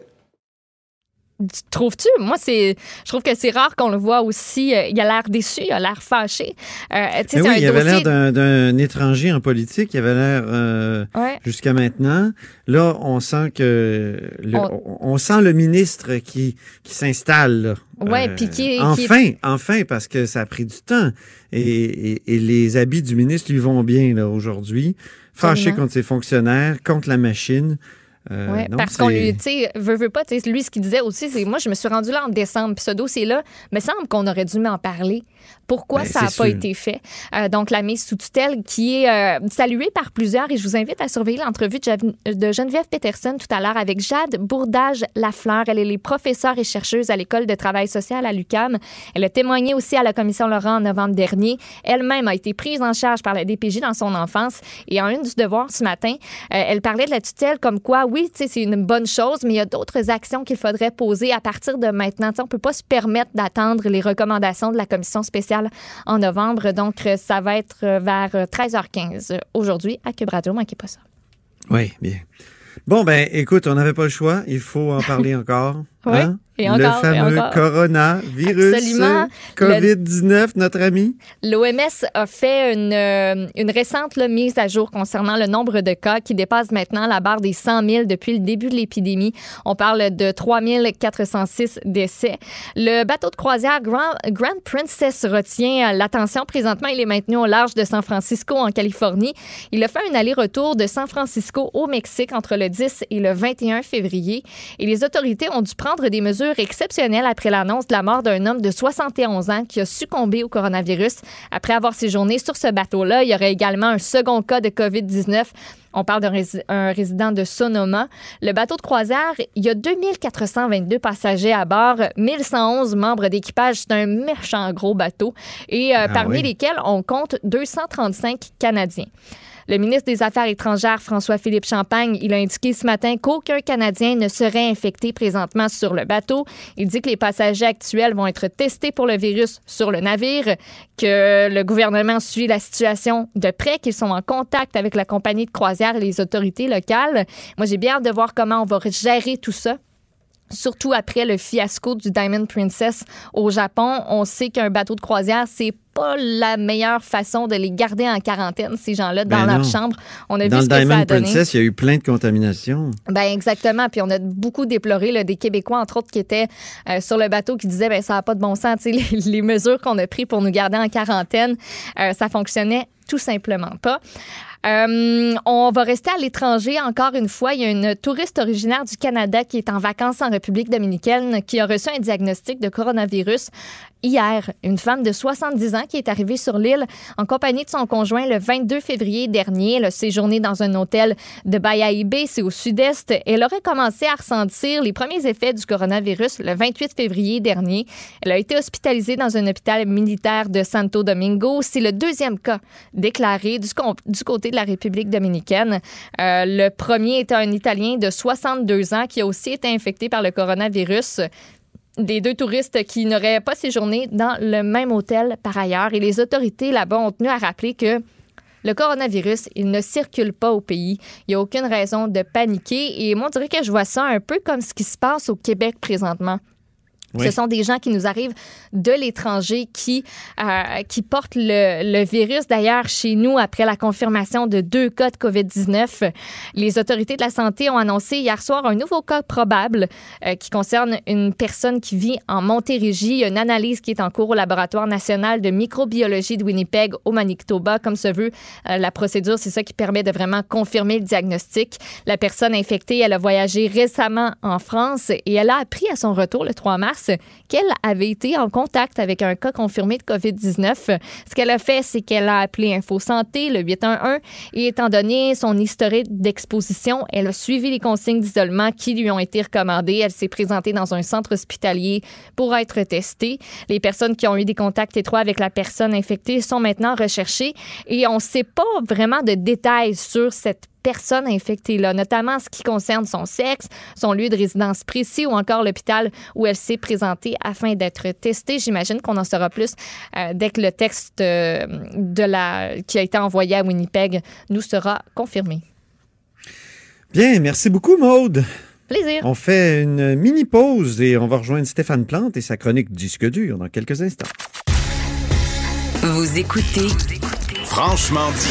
S4: Trouves-tu? Moi, je trouve que c'est rare qu'on le voit aussi. Il a l'air déçu, il a l'air fâché.
S3: Il avait l'air d'un étranger en politique. Il avait l'air jusqu'à maintenant. Là, on sent on sent le ministre qui s'installe.
S4: Oui, puis
S3: enfin, parce que ça a pris du temps. Et les habits du ministre lui vont bien là aujourd'hui. Fâché contre ses fonctionnaires, contre la machine.
S4: Oui, parce qu'on lui, tu sais, veut pas, tu sais, lui, ce qu'il disait aussi, c'est moi, je me suis rendu là en décembre, puis ce dossier-là, me semble qu'on aurait dû m'en parler. Pourquoi ça n'a pas été fait? Donc, la mise sous tutelle qui est saluée par plusieurs, et je vous invite à surveiller l'entrevue de Geneviève Peterson tout à l'heure avec Jade Bourdage-Lafleur. Elle est professeure et chercheuse à l'École de travail social à l'UQAM. Elle a témoigné aussi à la Commission Laurent en novembre dernier. Elle-même a été prise en charge par la DPJ dans son enfance, et en une du devoir ce matin, elle parlait de la tutelle comme quoi, oui, c'est une bonne chose, mais il y a d'autres actions qu'il faudrait poser à partir de maintenant. T'sais, on ne peut pas se permettre d'attendre les recommandations de la commission spéciale en novembre. Donc, ça va être vers 13h15 aujourd'hui à Cube Radio. Manquez pas ça.
S3: Oui, bien. Bon, ben, écoute, on n'avait pas le choix. Il faut en parler encore.
S4: Oui.
S3: Hein?
S4: Et encore,
S3: le fameux coronavirus, COVID-19, notre ami.
S4: L'OMS a fait une récente mise à jour concernant le nombre de cas qui dépasse maintenant la barre des 100 000 depuis le début de l'épidémie. On parle de 3 406 décès. Le bateau de croisière Grand Princess retient l'attention. Présentement, il est maintenu au large de San Francisco, en Californie. Il a fait un aller-retour de San Francisco au Mexique entre le 10 et le 21 février. Et les autorités ont dû prendre des mesures exceptionnelles après l'annonce de la mort d'un homme de 71 ans qui a succombé au coronavirus après avoir séjourné sur ce bateau-là. Il y aurait également un second cas de COVID-19. On parle d'un résident de Sonoma. Le bateau de croisière, il y a 2422 passagers à bord, 1111 membres d'équipage. C'est un méchant gros bateau. Et parmi lesquels on compte 235 Canadiens. Le ministre des Affaires étrangères, François-Philippe Champagne, il a indiqué ce matin qu'aucun Canadien ne serait infecté présentement sur le bateau. Il dit que les passagers actuels vont être testés pour le virus sur le navire, que le gouvernement suit la situation de près, qu'ils sont en contact avec la compagnie de croisière et les autorités locales. Moi, j'ai bien hâte de voir comment on va gérer tout ça. Surtout après le fiasco du Diamond Princess au Japon. On sait qu'un bateau de croisière, c'est pas la meilleure façon de les garder en quarantaine, ces gens-là, dans leur chambre. On a vu ce que ça a donné. Dans le Diamond
S3: Princess, il y a eu plein de contaminations.
S4: Ben exactement. Puis on a beaucoup déploré là, des Québécois, entre autres, qui étaient sur le bateau, qui disaient ça n'a pas de bon sens. Les mesures qu'on a prises pour nous garder en quarantaine, ça fonctionnait tout simplement pas. On va rester à l'étranger encore une fois. Il y a une touriste originaire du Canada qui est en vacances en République dominicaine qui a reçu un diagnostic de coronavirus hier. Une femme de 70 ans qui est arrivée sur l'île en compagnie de son conjoint le 22 février dernier. Elle a séjourné dans un hôtel de Bayahibe, c'est au sud-est. Elle aurait commencé à ressentir les premiers effets du coronavirus le 28 février dernier. Elle a été hospitalisée dans un hôpital militaire de Santo Domingo. C'est le deuxième cas déclaré du côté de la République dominicaine. Le premier était un Italien de 62 ans qui a aussi été infecté par le coronavirus. Des deux touristes qui n'auraient pas séjourné dans le même hôtel par ailleurs. Et les autorités là-bas ont tenu à rappeler que le coronavirus, il ne circule pas au pays. Il n'y a aucune raison de paniquer. Et moi, on dirait que je vois ça un peu comme ce qui se passe au Québec présentement. Oui. Ce sont des gens qui nous arrivent de l'étranger qui portent le virus. D'ailleurs, chez nous, après la confirmation de 2 cas de COVID-19, les autorités de la santé ont annoncé hier soir un nouveau cas probable qui concerne une personne qui vit en Montérégie. Il y a une analyse qui est en cours au Laboratoire national de microbiologie de Winnipeg au Manitoba. Comme se veut la procédure, c'est ça qui permet de vraiment confirmer le diagnostic. La personne infectée, elle a voyagé récemment en France et elle a appris à son retour le 3 mars qu'elle avait été en contact avec un cas confirmé de COVID-19. Ce qu'elle a fait, c'est qu'elle a appelé Info Santé, le 811, et étant donné son historique d'exposition, elle a suivi les consignes d'isolement qui lui ont été recommandées. Elle s'est présentée dans un centre hospitalier pour être testée. Les personnes qui ont eu des contacts étroits avec la personne infectée sont maintenant recherchées et on ne sait pas vraiment de détails sur cette personne infectée-là, notamment en ce qui concerne son sexe, son lieu de résidence précis ou encore l'hôpital où elle s'est présentée afin d'être testée. J'imagine qu'on en saura plus dès que le texte qui a été envoyé à Winnipeg nous sera confirmé.
S3: Bien, merci beaucoup, Maude.
S4: Plaisir.
S3: On fait une mini-pause et on va rejoindre Stéphane Plante et sa chronique Disque dur dans quelques instants.
S2: Vous écoutez Franchement dit.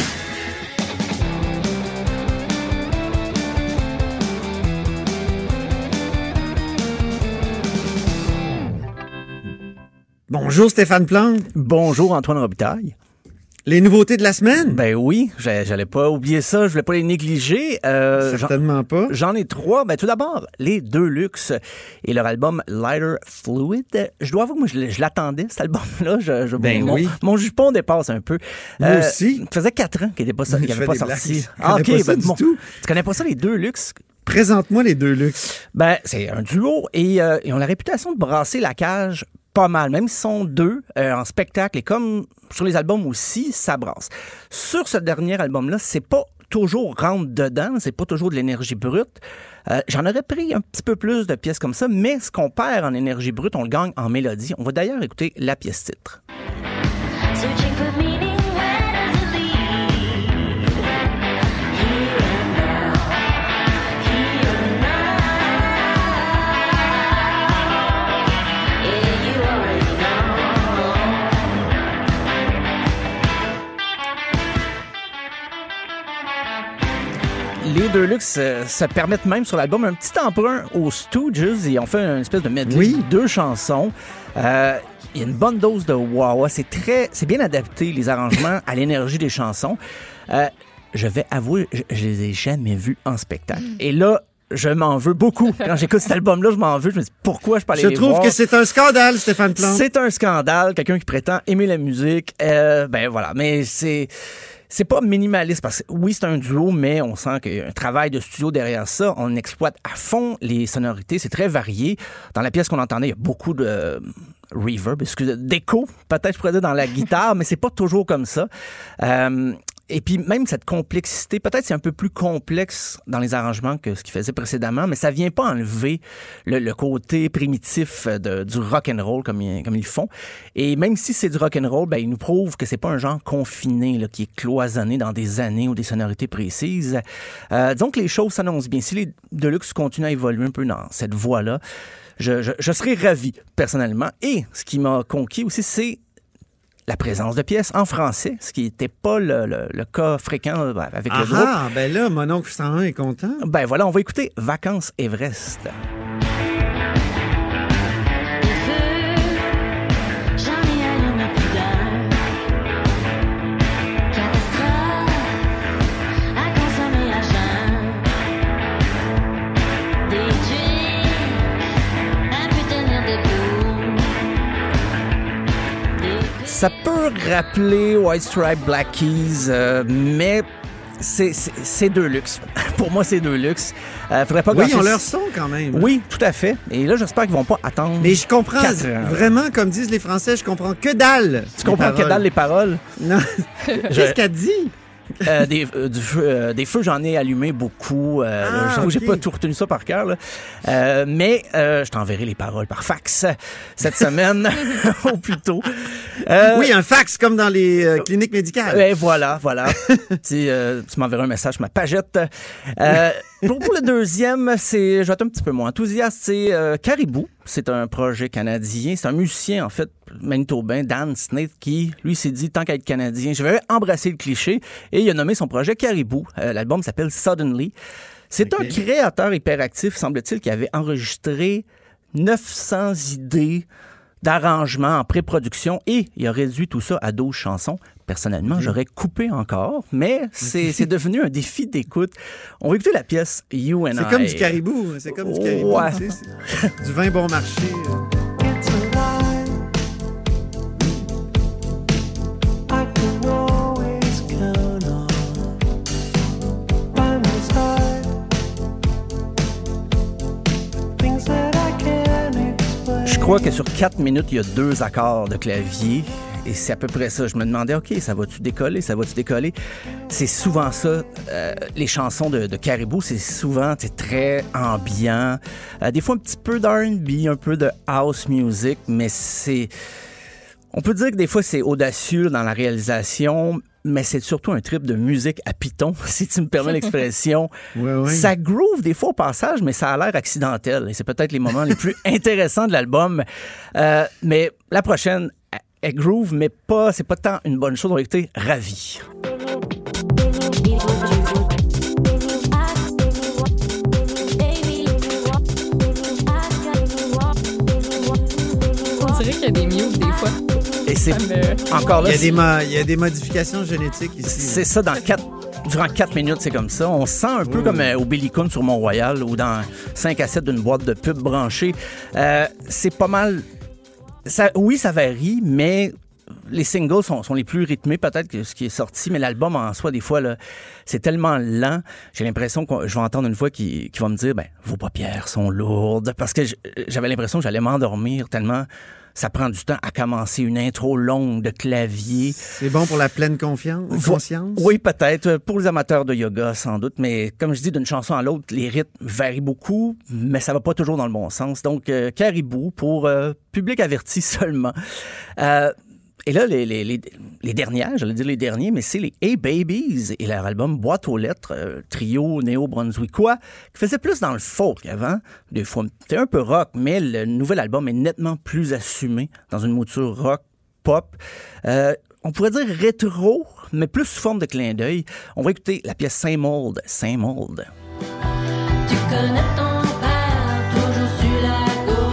S3: Bonjour Stéphane Plante.
S10: Bonjour Antoine Robitaille.
S3: Les nouveautés de la semaine?
S10: Ben oui, j'allais pas oublier ça, je voulais pas les négliger.
S3: Certainement pas.
S10: J'en ai 3. Ben tout d'abord, les Deluxe et leur album Lighter Fluid. Je dois avouer, moi, je l'attendais, cet album-là. Mon jupon dépasse un peu.
S3: Moi aussi.
S10: Ça faisait 4 ans qu'il n'avait pas sorti.
S3: Ah, OK,
S10: ben
S3: bon. Tu
S10: connais pas ça, les Deluxe?
S3: Présente-moi les Deluxe.
S10: Ben, c'est un duo et ils ont la réputation de brasser la cage pas mal. Même s'ils sont 2 en spectacle et comme sur les albums aussi, ça brasse. Sur ce dernier album-là, c'est pas toujours rentre dedans, c'est pas toujours de l'énergie brute. J'en aurais pris un petit peu plus de pièces comme ça, mais ce qu'on perd en énergie brute, on le gagne en mélodie. On va d'ailleurs écouter la pièce titre. Les Deluxe se permettent même sur l'album un petit emprunt aux Stooges et on fait une espèce de medley, 2 chansons. Il y a une bonne dose de wah-wah. C'est bien adapté, les arrangements, à l'énergie des chansons. Je vais avouer, je les ai jamais vus en spectacle. Et là, je m'en veux beaucoup. Quand j'écoute cet album-là, je m'en veux. Je me dis, pourquoi je peux aller les voir?
S3: Je trouve que c'est un scandale, Stéphane Plante.
S10: C'est un scandale. Quelqu'un qui prétend aimer la musique. Ben voilà, mais c'est pas minimaliste parce que oui, c'est un duo, mais on sent qu'il y a un travail de studio derrière ça. On exploite à fond les sonorités. C'est très varié. Dans la pièce qu'on entendait, il y a beaucoup de reverb, d'écho, peut-être je pourrais dire, dans la guitare, mais c'est pas toujours comme ça. Et puis même cette complexité, peut-être c'est un peu plus complexe dans les arrangements que ce qu'il faisait précédemment, mais ça vient pas enlever le côté primitif du rock and roll comme ils font. Et même si c'est du rock and roll, ben ils nous prouvent que c'est pas un genre confiné là, qui est cloisonné dans des années ou des sonorités précises. Disons que les choses s'annoncent bien. Si les Deluxe continuent à évoluer un peu dans cette voie-là, je serais ravi personnellement. Et ce qui m'a conquis aussi, c'est la présence de pièces en français, ce qui n'était pas le cas fréquent avec le groupe.
S3: Ah, ben là, mon oncle 101 est content.
S10: Ben voilà, on va écouter Vacances Everest. Ça peut rappeler White Stripe Black Keys, mais c'est Deluxe. Pour moi, c'est Deluxe. Faudrait pas
S3: oui, on leur son quand même.
S10: Oui, tout à fait. Et là, j'espère qu'ils vont pas attendre.
S3: Mais je comprends vraiment, comme disent les Français, je comprends que dalle.
S10: Tu comprends que dalle les paroles?
S3: Non. Qu'est-ce qu'elle dit?
S10: Des feux, j'en ai allumé beaucoup. J'avoue, j'ai pas tout retenu ça par cœur. Mais je t'enverrai les paroles par fax cette semaine, au plus tôt.
S3: Oui, un fax comme dans les cliniques médicales.
S10: Voilà. Tu m'enverras un message sur ma pagette. Pour le deuxième, je vais être un petit peu moins enthousiaste. C'est Caribou. C'est un projet canadien. C'est un musicien, en fait, manitobain, Dan Snaith, qui, lui, s'est dit, tant qu'à être canadien, je vais embrasser le cliché. Et il a nommé son projet Caribou. L'album s'appelle Suddenly. C'est un créateur hyperactif, semble-t-il, qui avait enregistré 900 idées d'arrangements en pré-production et il a réduit tout ça à 12 chansons. Personnellement, j'aurais coupé encore, mais c'est devenu un défi d'écoute. On va écouter la pièce You and I.
S3: C'est comme du Caribou. C'est comme du Caribou.
S10: Ouais.
S3: Tu sais, du vin bon marché.
S10: Je crois que sur 4 minutes, il y a 2 accords de clavier. Et c'est à peu près ça. Je me demandais, OK, ça va-tu décoller? C'est souvent ça. Les chansons de Caribou, c'est souvent très ambiant. Des fois, un petit peu d'R&B, un peu de house music, mais c'est... On peut dire que des fois, c'est audacieux dans la réalisation, mais c'est surtout un trip de musique à piton, si tu me permets l'expression.
S3: Oui.
S10: Ça groove des fois au passage, mais ça a l'air accidentel. Et c'est peut-être les moments les plus intéressants de l'album. Mais la prochaine, elle groove, mais c'est pas tant une bonne chose. On va écouter Ravi.
S4: On dirait qu'il y a des mutes des fois.
S10: Et c'est encore là.
S3: Il y a des modifications génétiques ici.
S10: C'est ça, durant 4 minutes, c'est comme ça. On se sent un peu comme au Bellicone sur Mont-Royal ou dans 5 à 7 d'une boîte de pub branchée. C'est pas mal. Oui, ça varie, mais les singles sont les plus rythmés peut-être que ce qui est sorti, mais l'album en soi, des fois, là, c'est tellement lent. J'ai l'impression que je vais entendre une voix qui va me dire, vos paupières sont lourdes. Parce que j'avais l'impression que j'allais m'endormir tellement ça prend du temps à commencer une intro longue de clavier.
S3: C'est bon pour la pleine conscience?
S10: Oui, peut-être. Pour les amateurs de yoga, sans doute. Mais comme je dis, d'une chanson à l'autre, les rythmes varient beaucoup, mais ça va pas toujours dans le bon sens. Donc, Caribou pour public averti seulement. Et là, les dernières, j'allais dire les derniers, mais c'est les Hey Babies et leur album Boîte aux lettres, trio néo-brunswickois, qui faisait plus dans le folk avant. Des fois, c'était un peu rock, mais le nouvel album est nettement plus assumé dans une mouture rock, pop. On pourrait dire rétro, mais plus sous forme de clin d'œil. On va écouter la pièce Saint-Mold. Saint-Mold.
S11: Tu connais ton père, toujours sur la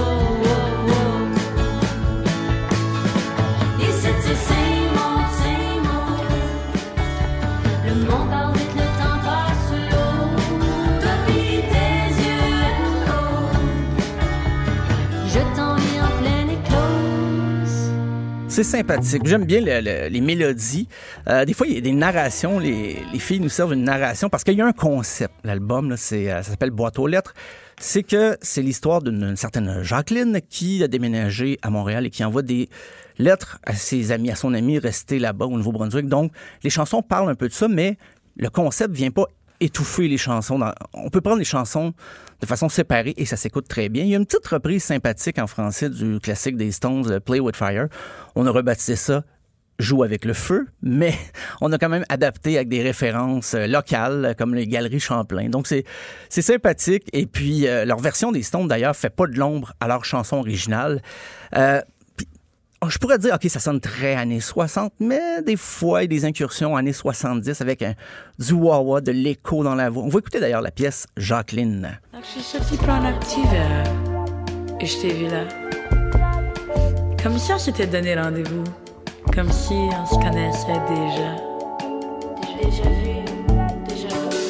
S10: C'est sympathique. J'aime bien les mélodies. Des fois, il y a des narrations. Les filles nous servent une narration parce qu'il y a un concept. L'album, là, ça s'appelle Boîte aux lettres. C'est l'histoire d'une certaine Jacqueline qui a déménagé à Montréal et qui envoie des lettres à ses amis, à son ami resté là-bas au Nouveau-Brunswick. Donc, les chansons parlent un peu de ça, mais le concept vient pas étouffer les chansons. On peut prendre les chansons de façon séparée et ça s'écoute très bien. Il y a une petite reprise sympathique en français du classique des Stones, Play with Fire. On a rebaptisé ça Joue avec le feu, mais on a quand même adapté avec des références locales comme les Galeries Champlain. Donc c'est sympathique et puis leur version des Stones d'ailleurs fait pas de l'ombre à leur chanson originale. Je pourrais dire, OK, ça sonne très années 60, mais des fois, il y a des incursions années 70 avec du wah-wah, de l'écho dans la voix. On va écouter d'ailleurs la pièce Jacqueline.
S11: Je suis sortie prendre un petit verre et je t'ai vu là. Comme si on s'était donné rendez-vous. Comme si on se connaissait déjà. Déjà vu, déjà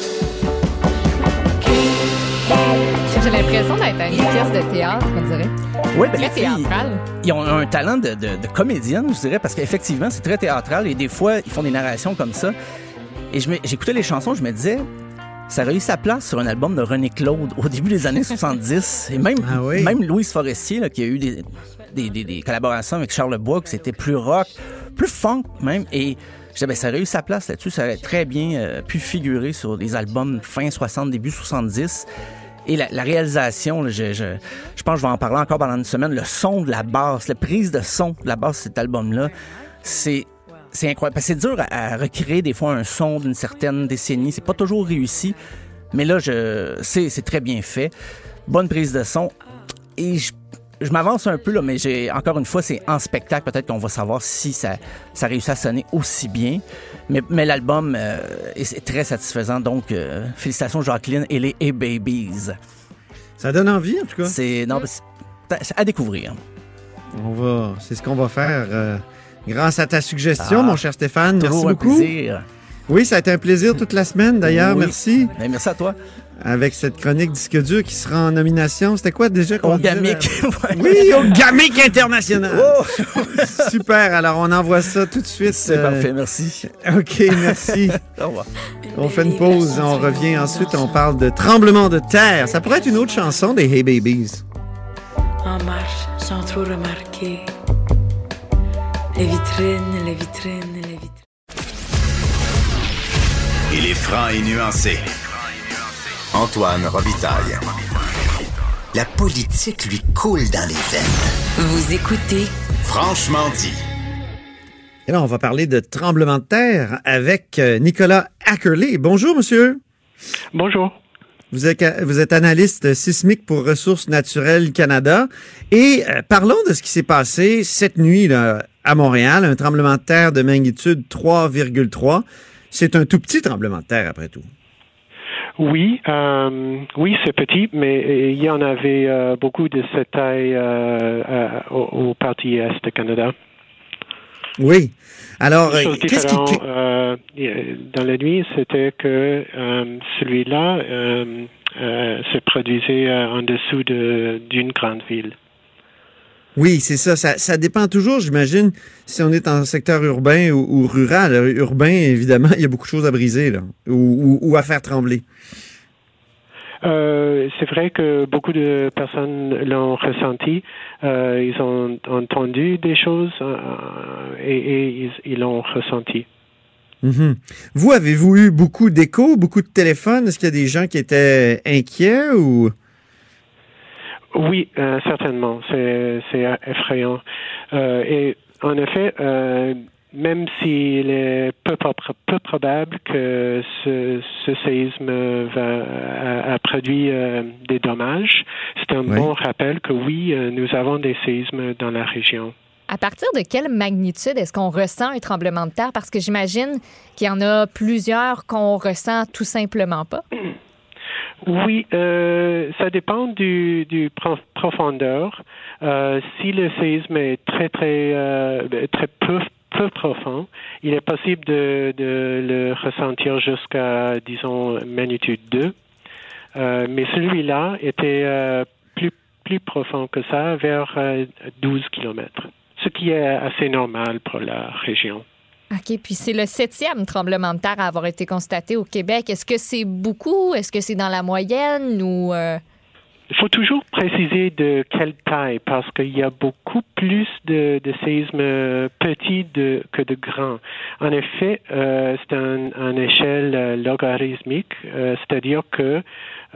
S11: vu.
S4: J'ai l'impression d'être à une pièce de théâtre, on dirait.
S10: Oui,
S4: très théâtral.
S10: Ils ont un talent de comédienne, je dirais, parce qu'effectivement, c'est très théâtral et des fois, ils font des narrations comme ça. Et j'écoutais les chansons, je me disais, ça aurait eu sa place sur un album de René Claude au début des années 70. Et même Louise Forestier, là, qui a eu des collaborations avec Charles Bois, que c'était plus rock, plus funk même. Et je disais, ça aurait eu sa place là-dessus. Ça aurait très bien pu figurer sur des albums fin 60, début 70. Et la réalisation, là, je pense que je vais en parler encore pendant une semaine, le son de la basse, la prise de son de la basse de cet album-là, c'est incroyable. Parce que c'est dur à recréer des fois un son d'une certaine décennie. C'est pas toujours réussi, mais là, c'est très bien fait. Bonne prise de son. Et je m'avance un peu, là, mais encore une fois, c'est en spectacle. Peut-être qu'on va savoir si ça réussit à sonner aussi bien. Mais l'album est très satisfaisant. Donc, félicitations Jacqueline et les Hey Babies.
S3: Ça donne envie, en tout cas.
S10: C'est à découvrir.
S3: C'est ce qu'on va faire grâce à ta suggestion, mon cher Stéphane. Merci beaucoup.
S10: Plaisir.
S3: Oui, ça a été un plaisir toute la semaine, d'ailleurs.
S10: Oui.
S3: Merci.
S10: Bien, merci à toi.
S3: Avec cette chronique Disque dur qui sera en nomination. C'était quoi déjà qu'on disait?
S10: Gamic.
S3: Oui, au Gamic International. Oh! Super. Alors, on envoie ça tout de suite.
S10: C'est parfait, merci.
S3: OK, merci.
S10: Au revoir.
S3: On fait une pause. On revient ensuite. On parle de tremblement de terre. Ça pourrait être une autre chanson des Hey Babies.
S11: En marche, sans trop remarquer. Les vitrines, les vitrines, les vitrines.
S2: Il est franc et nuancé. Antoine Robitaille. La politique lui coule dans les veines.
S6: Vous écoutez
S2: Franchement dit.
S3: Et là, on va parler de tremblement de terre avec Nicolas Ackerley. Bonjour, monsieur.
S12: Bonjour.
S3: Vous êtes analyste sismique pour Ressources naturelles Canada. Et parlons de ce qui s'est passé cette nuit là, à Montréal, un tremblement de terre de magnitude 3,3. C'est un tout petit tremblement de terre, après tout.
S12: Oui, c'est petit, mais il y en avait beaucoup de cette taille au parti Est du Canada.
S3: Oui. Alors,
S12: qu'est-ce qui... dans la nuit, c'était que celui-là se produisait en dessous d'une grande ville.
S3: Oui, c'est ça. Ça dépend toujours, j'imagine, si on est en secteur urbain ou rural. Urbain, évidemment, il y a beaucoup de choses à briser là, ou à faire trembler.
S12: C'est vrai que beaucoup de personnes l'ont ressenti. Ils ont entendu des choses et ils l'ont ressenti.
S3: Mm-hmm. Vous, avez-vous eu beaucoup d'échos, beaucoup de téléphones? Est-ce qu'il y a des gens qui étaient inquiets ou...
S12: Oui, certainement. C'est effrayant. Et en effet, même s'il est peu probable que ce séisme a produit des dommages, c'est un bon rappel que oui, nous avons des séismes dans la région.
S4: À partir de quelle magnitude est-ce qu'on ressent un tremblement de terre? Parce que j'imagine qu'il y en a plusieurs qu'on ressent tout simplement pas.
S12: Oui, ça dépend du profondeur. Si le séisme est très peu profond, il est possible de le ressentir jusqu'à, disons, magnitude 2. Mais celui-là était plus profond que ça, vers 12 km, ce qui est assez normal pour la région.
S4: OK, puis c'est le 7e tremblement de terre à avoir été constaté au Québec. Est-ce que c'est beaucoup? Est-ce que c'est dans la moyenne ou...
S12: Il faut toujours préciser de quelle taille, parce qu'il y a beaucoup plus de séismes petits que de grands. En effet, c'est une échelle logarithmique, c'est-à-dire que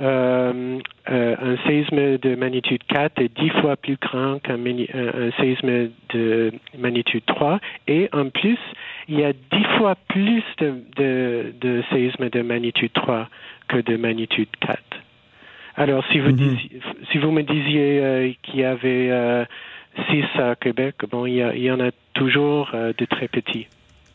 S12: un séisme de magnitude 4 est 10 fois plus grand qu'un séisme de magnitude 3. Et en plus, il y a 10 fois plus de séismes de magnitude 3 que de magnitude 4. Alors, si vous me disiez qu'il y avait 6 à Québec, bon, il y en a toujours de très petits.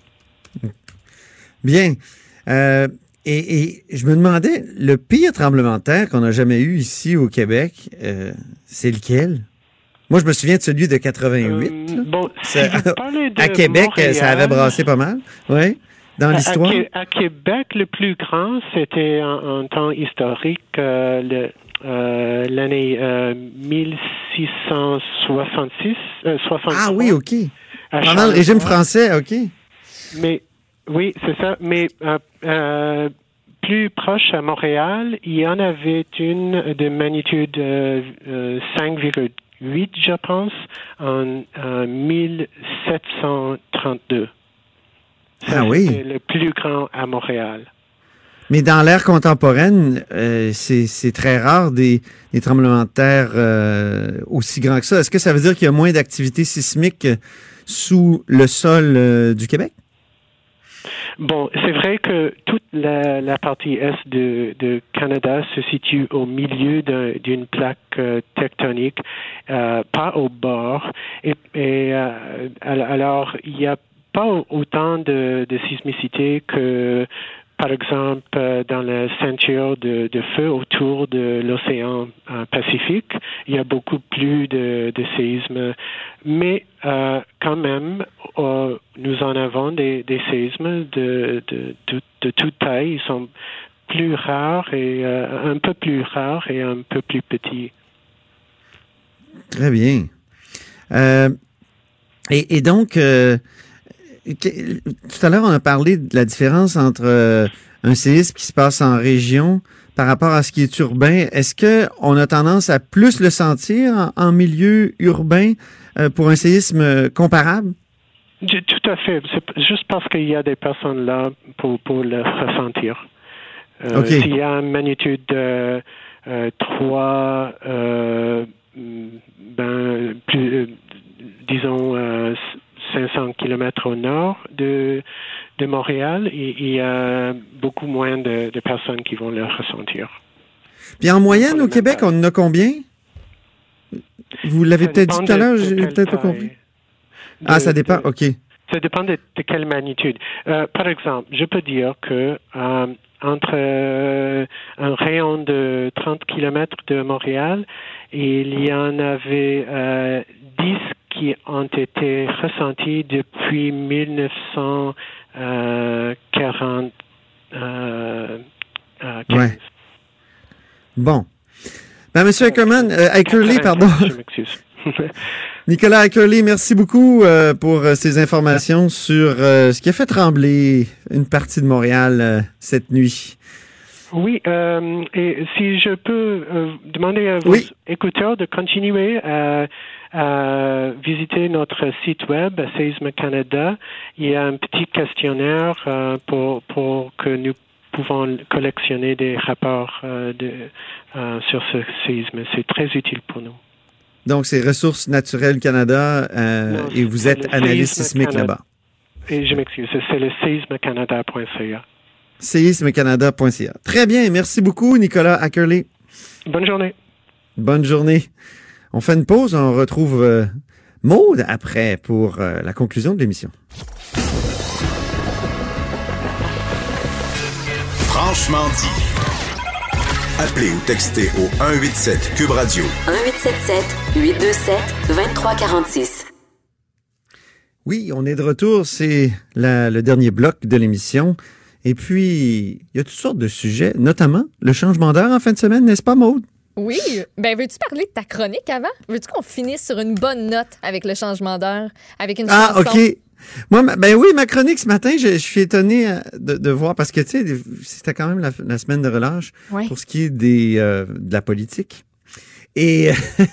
S3: Bien. Et je me demandais, le pire tremblement de terre qu'on a jamais eu ici au Québec, c'est lequel? Moi, je me souviens de celui de 88.
S12: Bon, si vous parlez de
S3: à Québec,
S12: Montréal,
S3: ça avait brassé pas mal. Oui. Dans l'histoire?
S12: À Québec, le plus grand, c'était en temps historique, l'année 1666.
S3: Ah oui, OK. Pendant le régime français, OK.
S12: Mais oui, c'est ça. Mais plus proche à Montréal, il y en avait une de magnitude 5,8, je pense, en 1732.
S3: Ah oui.
S12: C'est le plus grand à Montréal.
S3: Mais dans l'ère contemporaine, c'est très rare des tremblements de terre aussi grands que ça. Est-ce que ça veut dire qu'il y a moins d'activité sismique sous le sol du Québec?
S12: Bon, c'est vrai que toute la partie est de Canada se situe au milieu d'une plaque tectonique, pas au bord. Alors, il y a pas autant de sismicité que, par exemple, dans la ceinture de feu autour de l'océan Pacifique. Il y a beaucoup plus de séismes. Mais quand même, nous en avons des séismes de toute taille. Ils sont plus rares et un peu plus rares et un peu plus petits.
S3: Très bien. Et donc... tout à l'heure, on a parlé de la différence entre un séisme qui se passe en région par rapport à ce qui est urbain. Est-ce qu'on a tendance à plus le sentir en milieu urbain pour un séisme comparable?
S12: Tout à fait. C'est juste parce qu'il y a des personnes là pour le ressentir.
S3: Okay.
S12: S'il y a une magnitude 3, disons... 500 km au nord de Montréal, il y a beaucoup moins de personnes qui vont le ressentir.
S3: Puis en moyenne, au Québec, on en a combien? Vous l'avez peut-être dit tout à l'heure, j'ai peut-être pas compris. Ça dépend, OK.
S12: Ça dépend de quelle magnitude. Par exemple, je peux dire que entre un rayon de 30 km de Montréal, il y en avait 10 qui ont été ressentis depuis 1940.
S3: Ouais. Bon. Ben, Monsieur Ackerman, Ackerley, pardon.
S12: Je m'excuse.
S3: Nicolas Ackerley, merci beaucoup pour ces informations sur ce qui a fait trembler une partie de Montréal cette nuit.
S12: Oui, et si je peux demander à vos écouteurs de continuer à visiter notre site web, Séisme Canada. Il y a un petit questionnaire pour que nous pouvons collectionner des rapports sur ce séisme. C'est très utile pour nous.
S3: Donc, c'est Ressources naturelles Canada et vous êtes analyste sismique là-bas.
S12: Et je m'excuse, c'est le séismecanada.ca.
S3: séismecanada.ca. Très bien, merci beaucoup, Nicolas Ackerley.
S12: Bonne journée.
S3: Bonne journée. On fait une pause, on retrouve Maude après pour la conclusion de l'émission.
S2: Franchement dit. Appelez ou textez au 187 Cube Radio.
S6: 1877-827-2346.
S3: Oui, on est de retour. C'est le dernier bloc de l'émission. Et puis, il y a toutes sortes de sujets, notamment le changement d'heure en fin de semaine, n'est-ce pas, Maude?
S4: Oui. Ben, veux-tu parler de ta chronique avant? Veux-tu qu'on finisse sur une bonne note avec le changement d'heure, avec une chanson?
S3: Ah, OK. Moi, ma chronique ce matin, je suis étonné de voir, parce que, tu sais, c'était quand même la semaine de relâche pour ce qui est de la politique. Et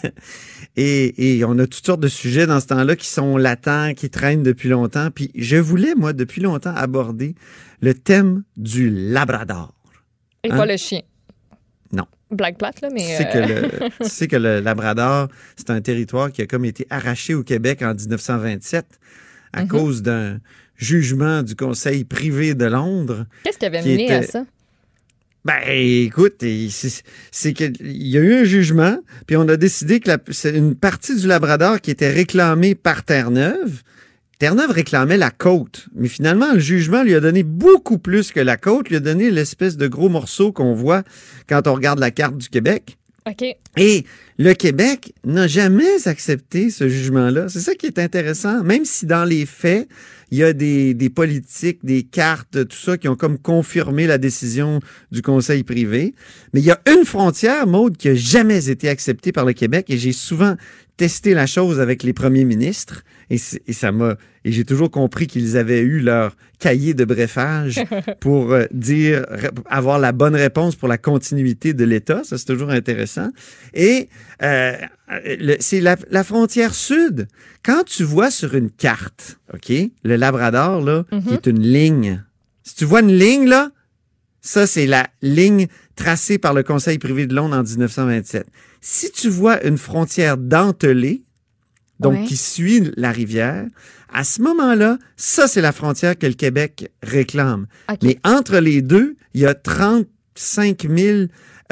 S3: on a toutes sortes de sujets dans ce temps-là qui sont latents, qui traînent depuis longtemps. Puis je voulais, moi, depuis longtemps, aborder le thème du Labrador.
S4: Et pas le chien.
S3: Non.
S4: Blague plate, là, mais...
S3: Tu sais que le Labrador, c'est un territoire qui a comme été arraché au Québec en 1927 à cause d'un jugement du Conseil privé de Londres.
S4: Qu'est-ce qui avait mené à ça?
S3: Ben, écoute, c'est qu'il y a eu un jugement, puis on a décidé que c'est une partie du Labrador qui était réclamée par Terre-Neuve. Terre-Neuve réclamait la côte, mais finalement, le jugement lui a donné beaucoup plus que la côte, lui a donné l'espèce de gros morceau qu'on voit quand on regarde la carte du Québec.
S4: OK.
S3: Et le Québec n'a jamais accepté ce jugement-là. C'est ça qui est intéressant, même si dans les faits, il y a des politiques, des cartes, tout ça, qui ont comme confirmé la décision du Conseil privé. Mais il y a une frontière, Maude, qui n'a jamais été acceptée par le Québec, et j'ai souvent testé la chose avec les premiers ministres, et j'ai toujours compris qu'ils avaient eu leur cahier de brefage pour avoir la bonne réponse pour la continuité de l'État. Ça, c'est toujours intéressant. Et c'est la frontière sud. Quand tu vois sur une carte, OK, le Labrador, là, qui est une ligne. Si tu vois une ligne, là, ça, c'est la ligne tracée par le Conseil privé de Londres en 1927. Si tu vois une frontière dentelée, donc qui suit la rivière, à ce moment-là, ça, c'est la frontière que le Québec réclame. Okay. Mais entre les deux, il y a 35 000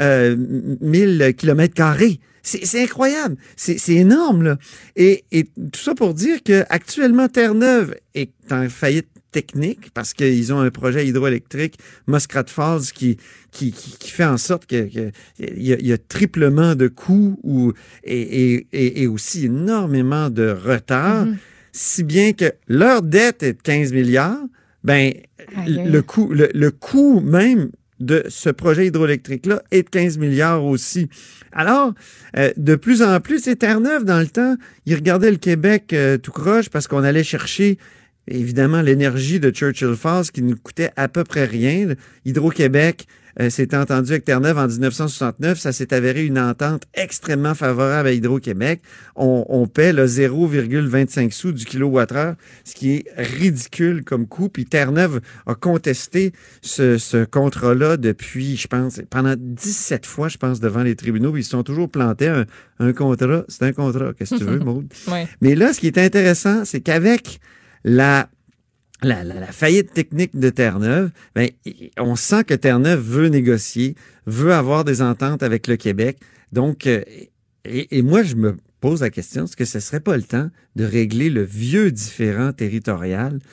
S3: kilomètres carrés. C'est incroyable. C'est énorme, là. Et tout ça pour dire que actuellement Terre-Neuve est en faillite technique parce qu'ils ont un projet hydroélectrique, Muskrat Falls, qui fait en sorte qu'il y a triplement de coûts et aussi énormément de retard, si bien que leur dette est de 15 milliards, ben, le coût même de ce projet hydroélectrique-là est de 15 milliards aussi. Alors, de plus en plus, c'est Terre-Neuve, dans le temps, ils regardaient le Québec tout croche parce qu'on allait chercher, évidemment, l'énergie de Churchill Falls qui nous coûtait à peu près rien. Hydro-Québec s'était entendu avec Terre-Neuve en 1969. Ça s'est avéré une entente extrêmement favorable à Hydro-Québec. On paie le 0,25 sous du kilowattheure, ce qui est ridicule comme coût. Puis Terre-Neuve a contesté ce contrat-là depuis, je pense, pendant 17 fois, je pense, devant les tribunaux. Ils se sont toujours plantés. Un contrat, c'est un contrat. Qu'est-ce que tu veux, Maude?
S4: Ouais.
S3: Mais là, ce qui est intéressant, c'est qu'avec la faillite technique de Terre-Neuve, ben, on sent que Terre-Neuve veut négocier, veut avoir des ententes avec le Québec. Donc, et moi, je me pose la question, est-ce que ce ne serait pas le temps de régler le vieux différend territorial?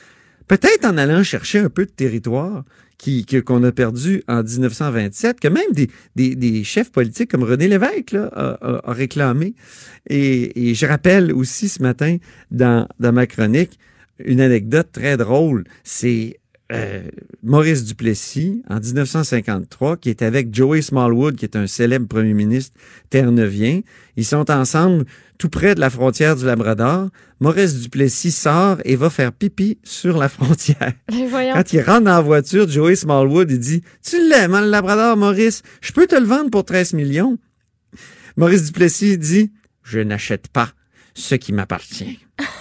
S3: peut-être en allant chercher un peu de territoire qu'on a perdu en 1927, que même des chefs politiques comme René Lévesque là, a réclamé. Et je rappelle aussi ce matin, dans ma chronique, une anecdote très drôle. C'est Maurice Duplessis, en 1953, qui est avec Joey Smallwood, qui est un célèbre premier ministre terre-neuvien. Ils sont ensemble tout près de la frontière du Labrador. Maurice Duplessis sort et va faire pipi sur la frontière. Quand il rentre dans la voiture, Joey Smallwood, il dit « Tu l'aimes, hein, le Labrador, Maurice? Je peux te le vendre pour 13 millions. » Maurice Duplessis dit « Je n'achète pas ce qui m'appartient. »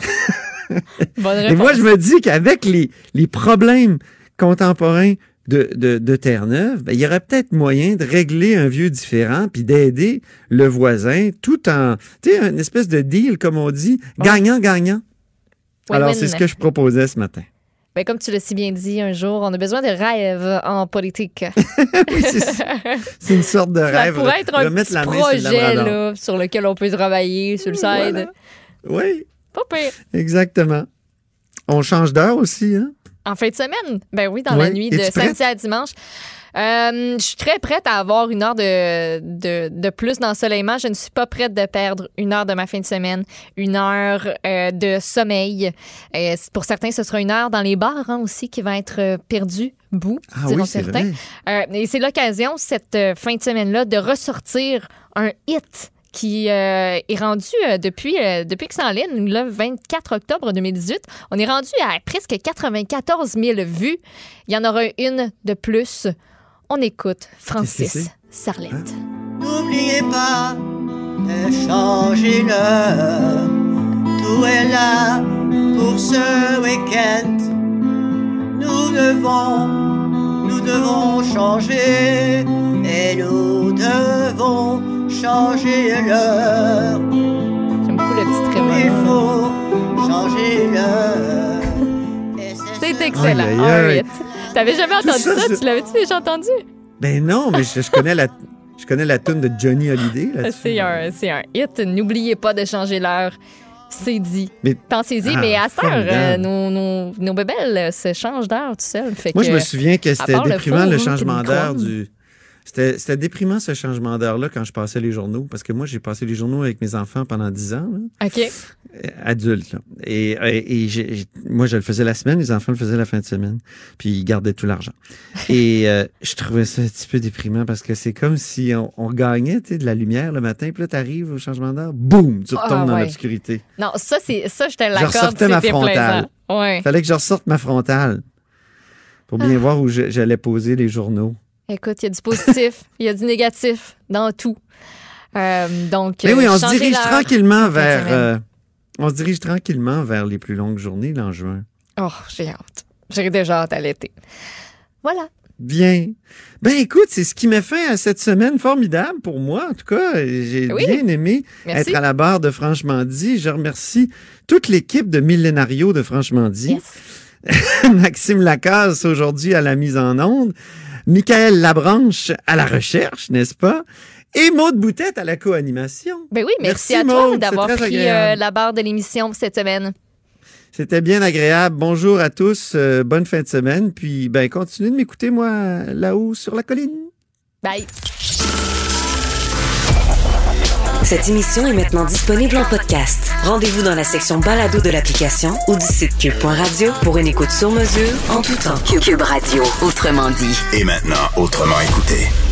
S3: Et moi, je me dis qu'avec les problèmes contemporains de Terre-Neuve, ben, il y aurait peut-être moyen de régler un vieux différend puis d'aider le voisin tout en, tu sais, une espèce de deal, comme on dit, gagnant-gagnant. Alors, c'est ce que je proposais ce matin.
S4: Ben, comme tu l'as si bien dit un jour, on a besoin de rêves en politique.
S3: Oui, c'est une sorte de rêve.
S4: Ça pourrait être un petit projet là, sur lequel on peut travailler sur le side.
S3: Voilà. Oui.
S4: Pas pire.
S3: Exactement. On change d'heure aussi, hein?
S4: En fin de semaine? Ben oui, dans la nuit de samedi à dimanche. Je suis très prête à avoir une heure de plus d'ensoleillement. Je ne suis pas prête de perdre une heure de ma fin de semaine, une heure de sommeil. Pour certains, ce sera une heure dans les bars hein, aussi qui va être perdue.
S3: Diront certains.
S4: Et c'est l'occasion, cette fin de semaine-là, de ressortir un hit qui est rendu depuis que c'est en ligne, le 24 octobre 2018. On est rendu à presque 94 000 vues. Il y en aura une de plus. On écoute Francis Sarlette.
S13: Hein? N'oubliez pas de changer l'heure. Tout est là pour ce week-end. Nous devons changer et nous devons changer l'heure.
S4: J'aime beaucoup le petit trémolo.
S13: Il faut changer l'heure.
S4: C'est excellent. All right. T'avais jamais entendu ça? Tu l'avais-tu déjà entendu?
S3: Ben non, mais je connais la toune de Johnny Hallyday là-dessus.
S4: C'est un hit. N'oubliez pas de changer l'heure. C'est dit. Pensez-y, mais à cette heure, nos bébelles se changent d'heure tout seul.
S3: Moi, je me souviens que c'était déprimant le changement d'heure du... C'était déprimant ce changement d'heure-là quand je passais les journaux, parce que moi, j'ai passé les journaux avec mes enfants pendant 10 ans. Là,
S4: OK.
S3: Adultes. Là. Et moi, je le faisais la semaine, les enfants le faisaient la fin de semaine, puis ils gardaient tout l'argent. Et je trouvais ça un petit peu déprimant, parce que c'est comme si on gagnait de la lumière le matin, puis là, t'arrives au changement d'heure, boum, tu retombes dans l'obscurité.
S4: Non, ça, je te l'accorde,
S3: je ressortais ma frontale.
S4: Ouais.
S3: Fallait que je ressorte ma frontale pour bien voir où j'allais poser les journaux.
S4: Écoute, il y a du positif, il y a du négatif dans tout. Donc,
S3: mais oui, on se dirige tranquillement vers les plus longues journées là, en juin.
S4: Oh, j'ai hâte. J'ai déjà hâte à l'été. Voilà.
S3: Bien. Ben écoute, c'est ce qui met fin à cette semaine formidable pour moi. En tout cas, j'ai bien aimé être à la barre de Franchement dit. Je remercie toute l'équipe de Millénario de Franchement dit. Yes. Maxime Lacasse aujourd'hui à la mise en onde. Michael Labranche à la recherche, n'est-ce pas? Et Maude Boutette à la co-animation.
S4: Ben oui, merci à toi Maude, d'avoir pris la barre de l'émission cette semaine.
S3: C'était bien agréable. Bonjour à tous. Bonne fin de semaine. Puis, ben, continuez de m'écouter, moi, là-haut sur la colline.
S4: Bye.
S6: Cette émission est maintenant disponible en podcast. Rendez-vous dans la section balado de l'application ou du site cube.radio pour une écoute sur mesure en tout temps.
S2: Cube Radio, autrement dit. Et maintenant, autrement écouté.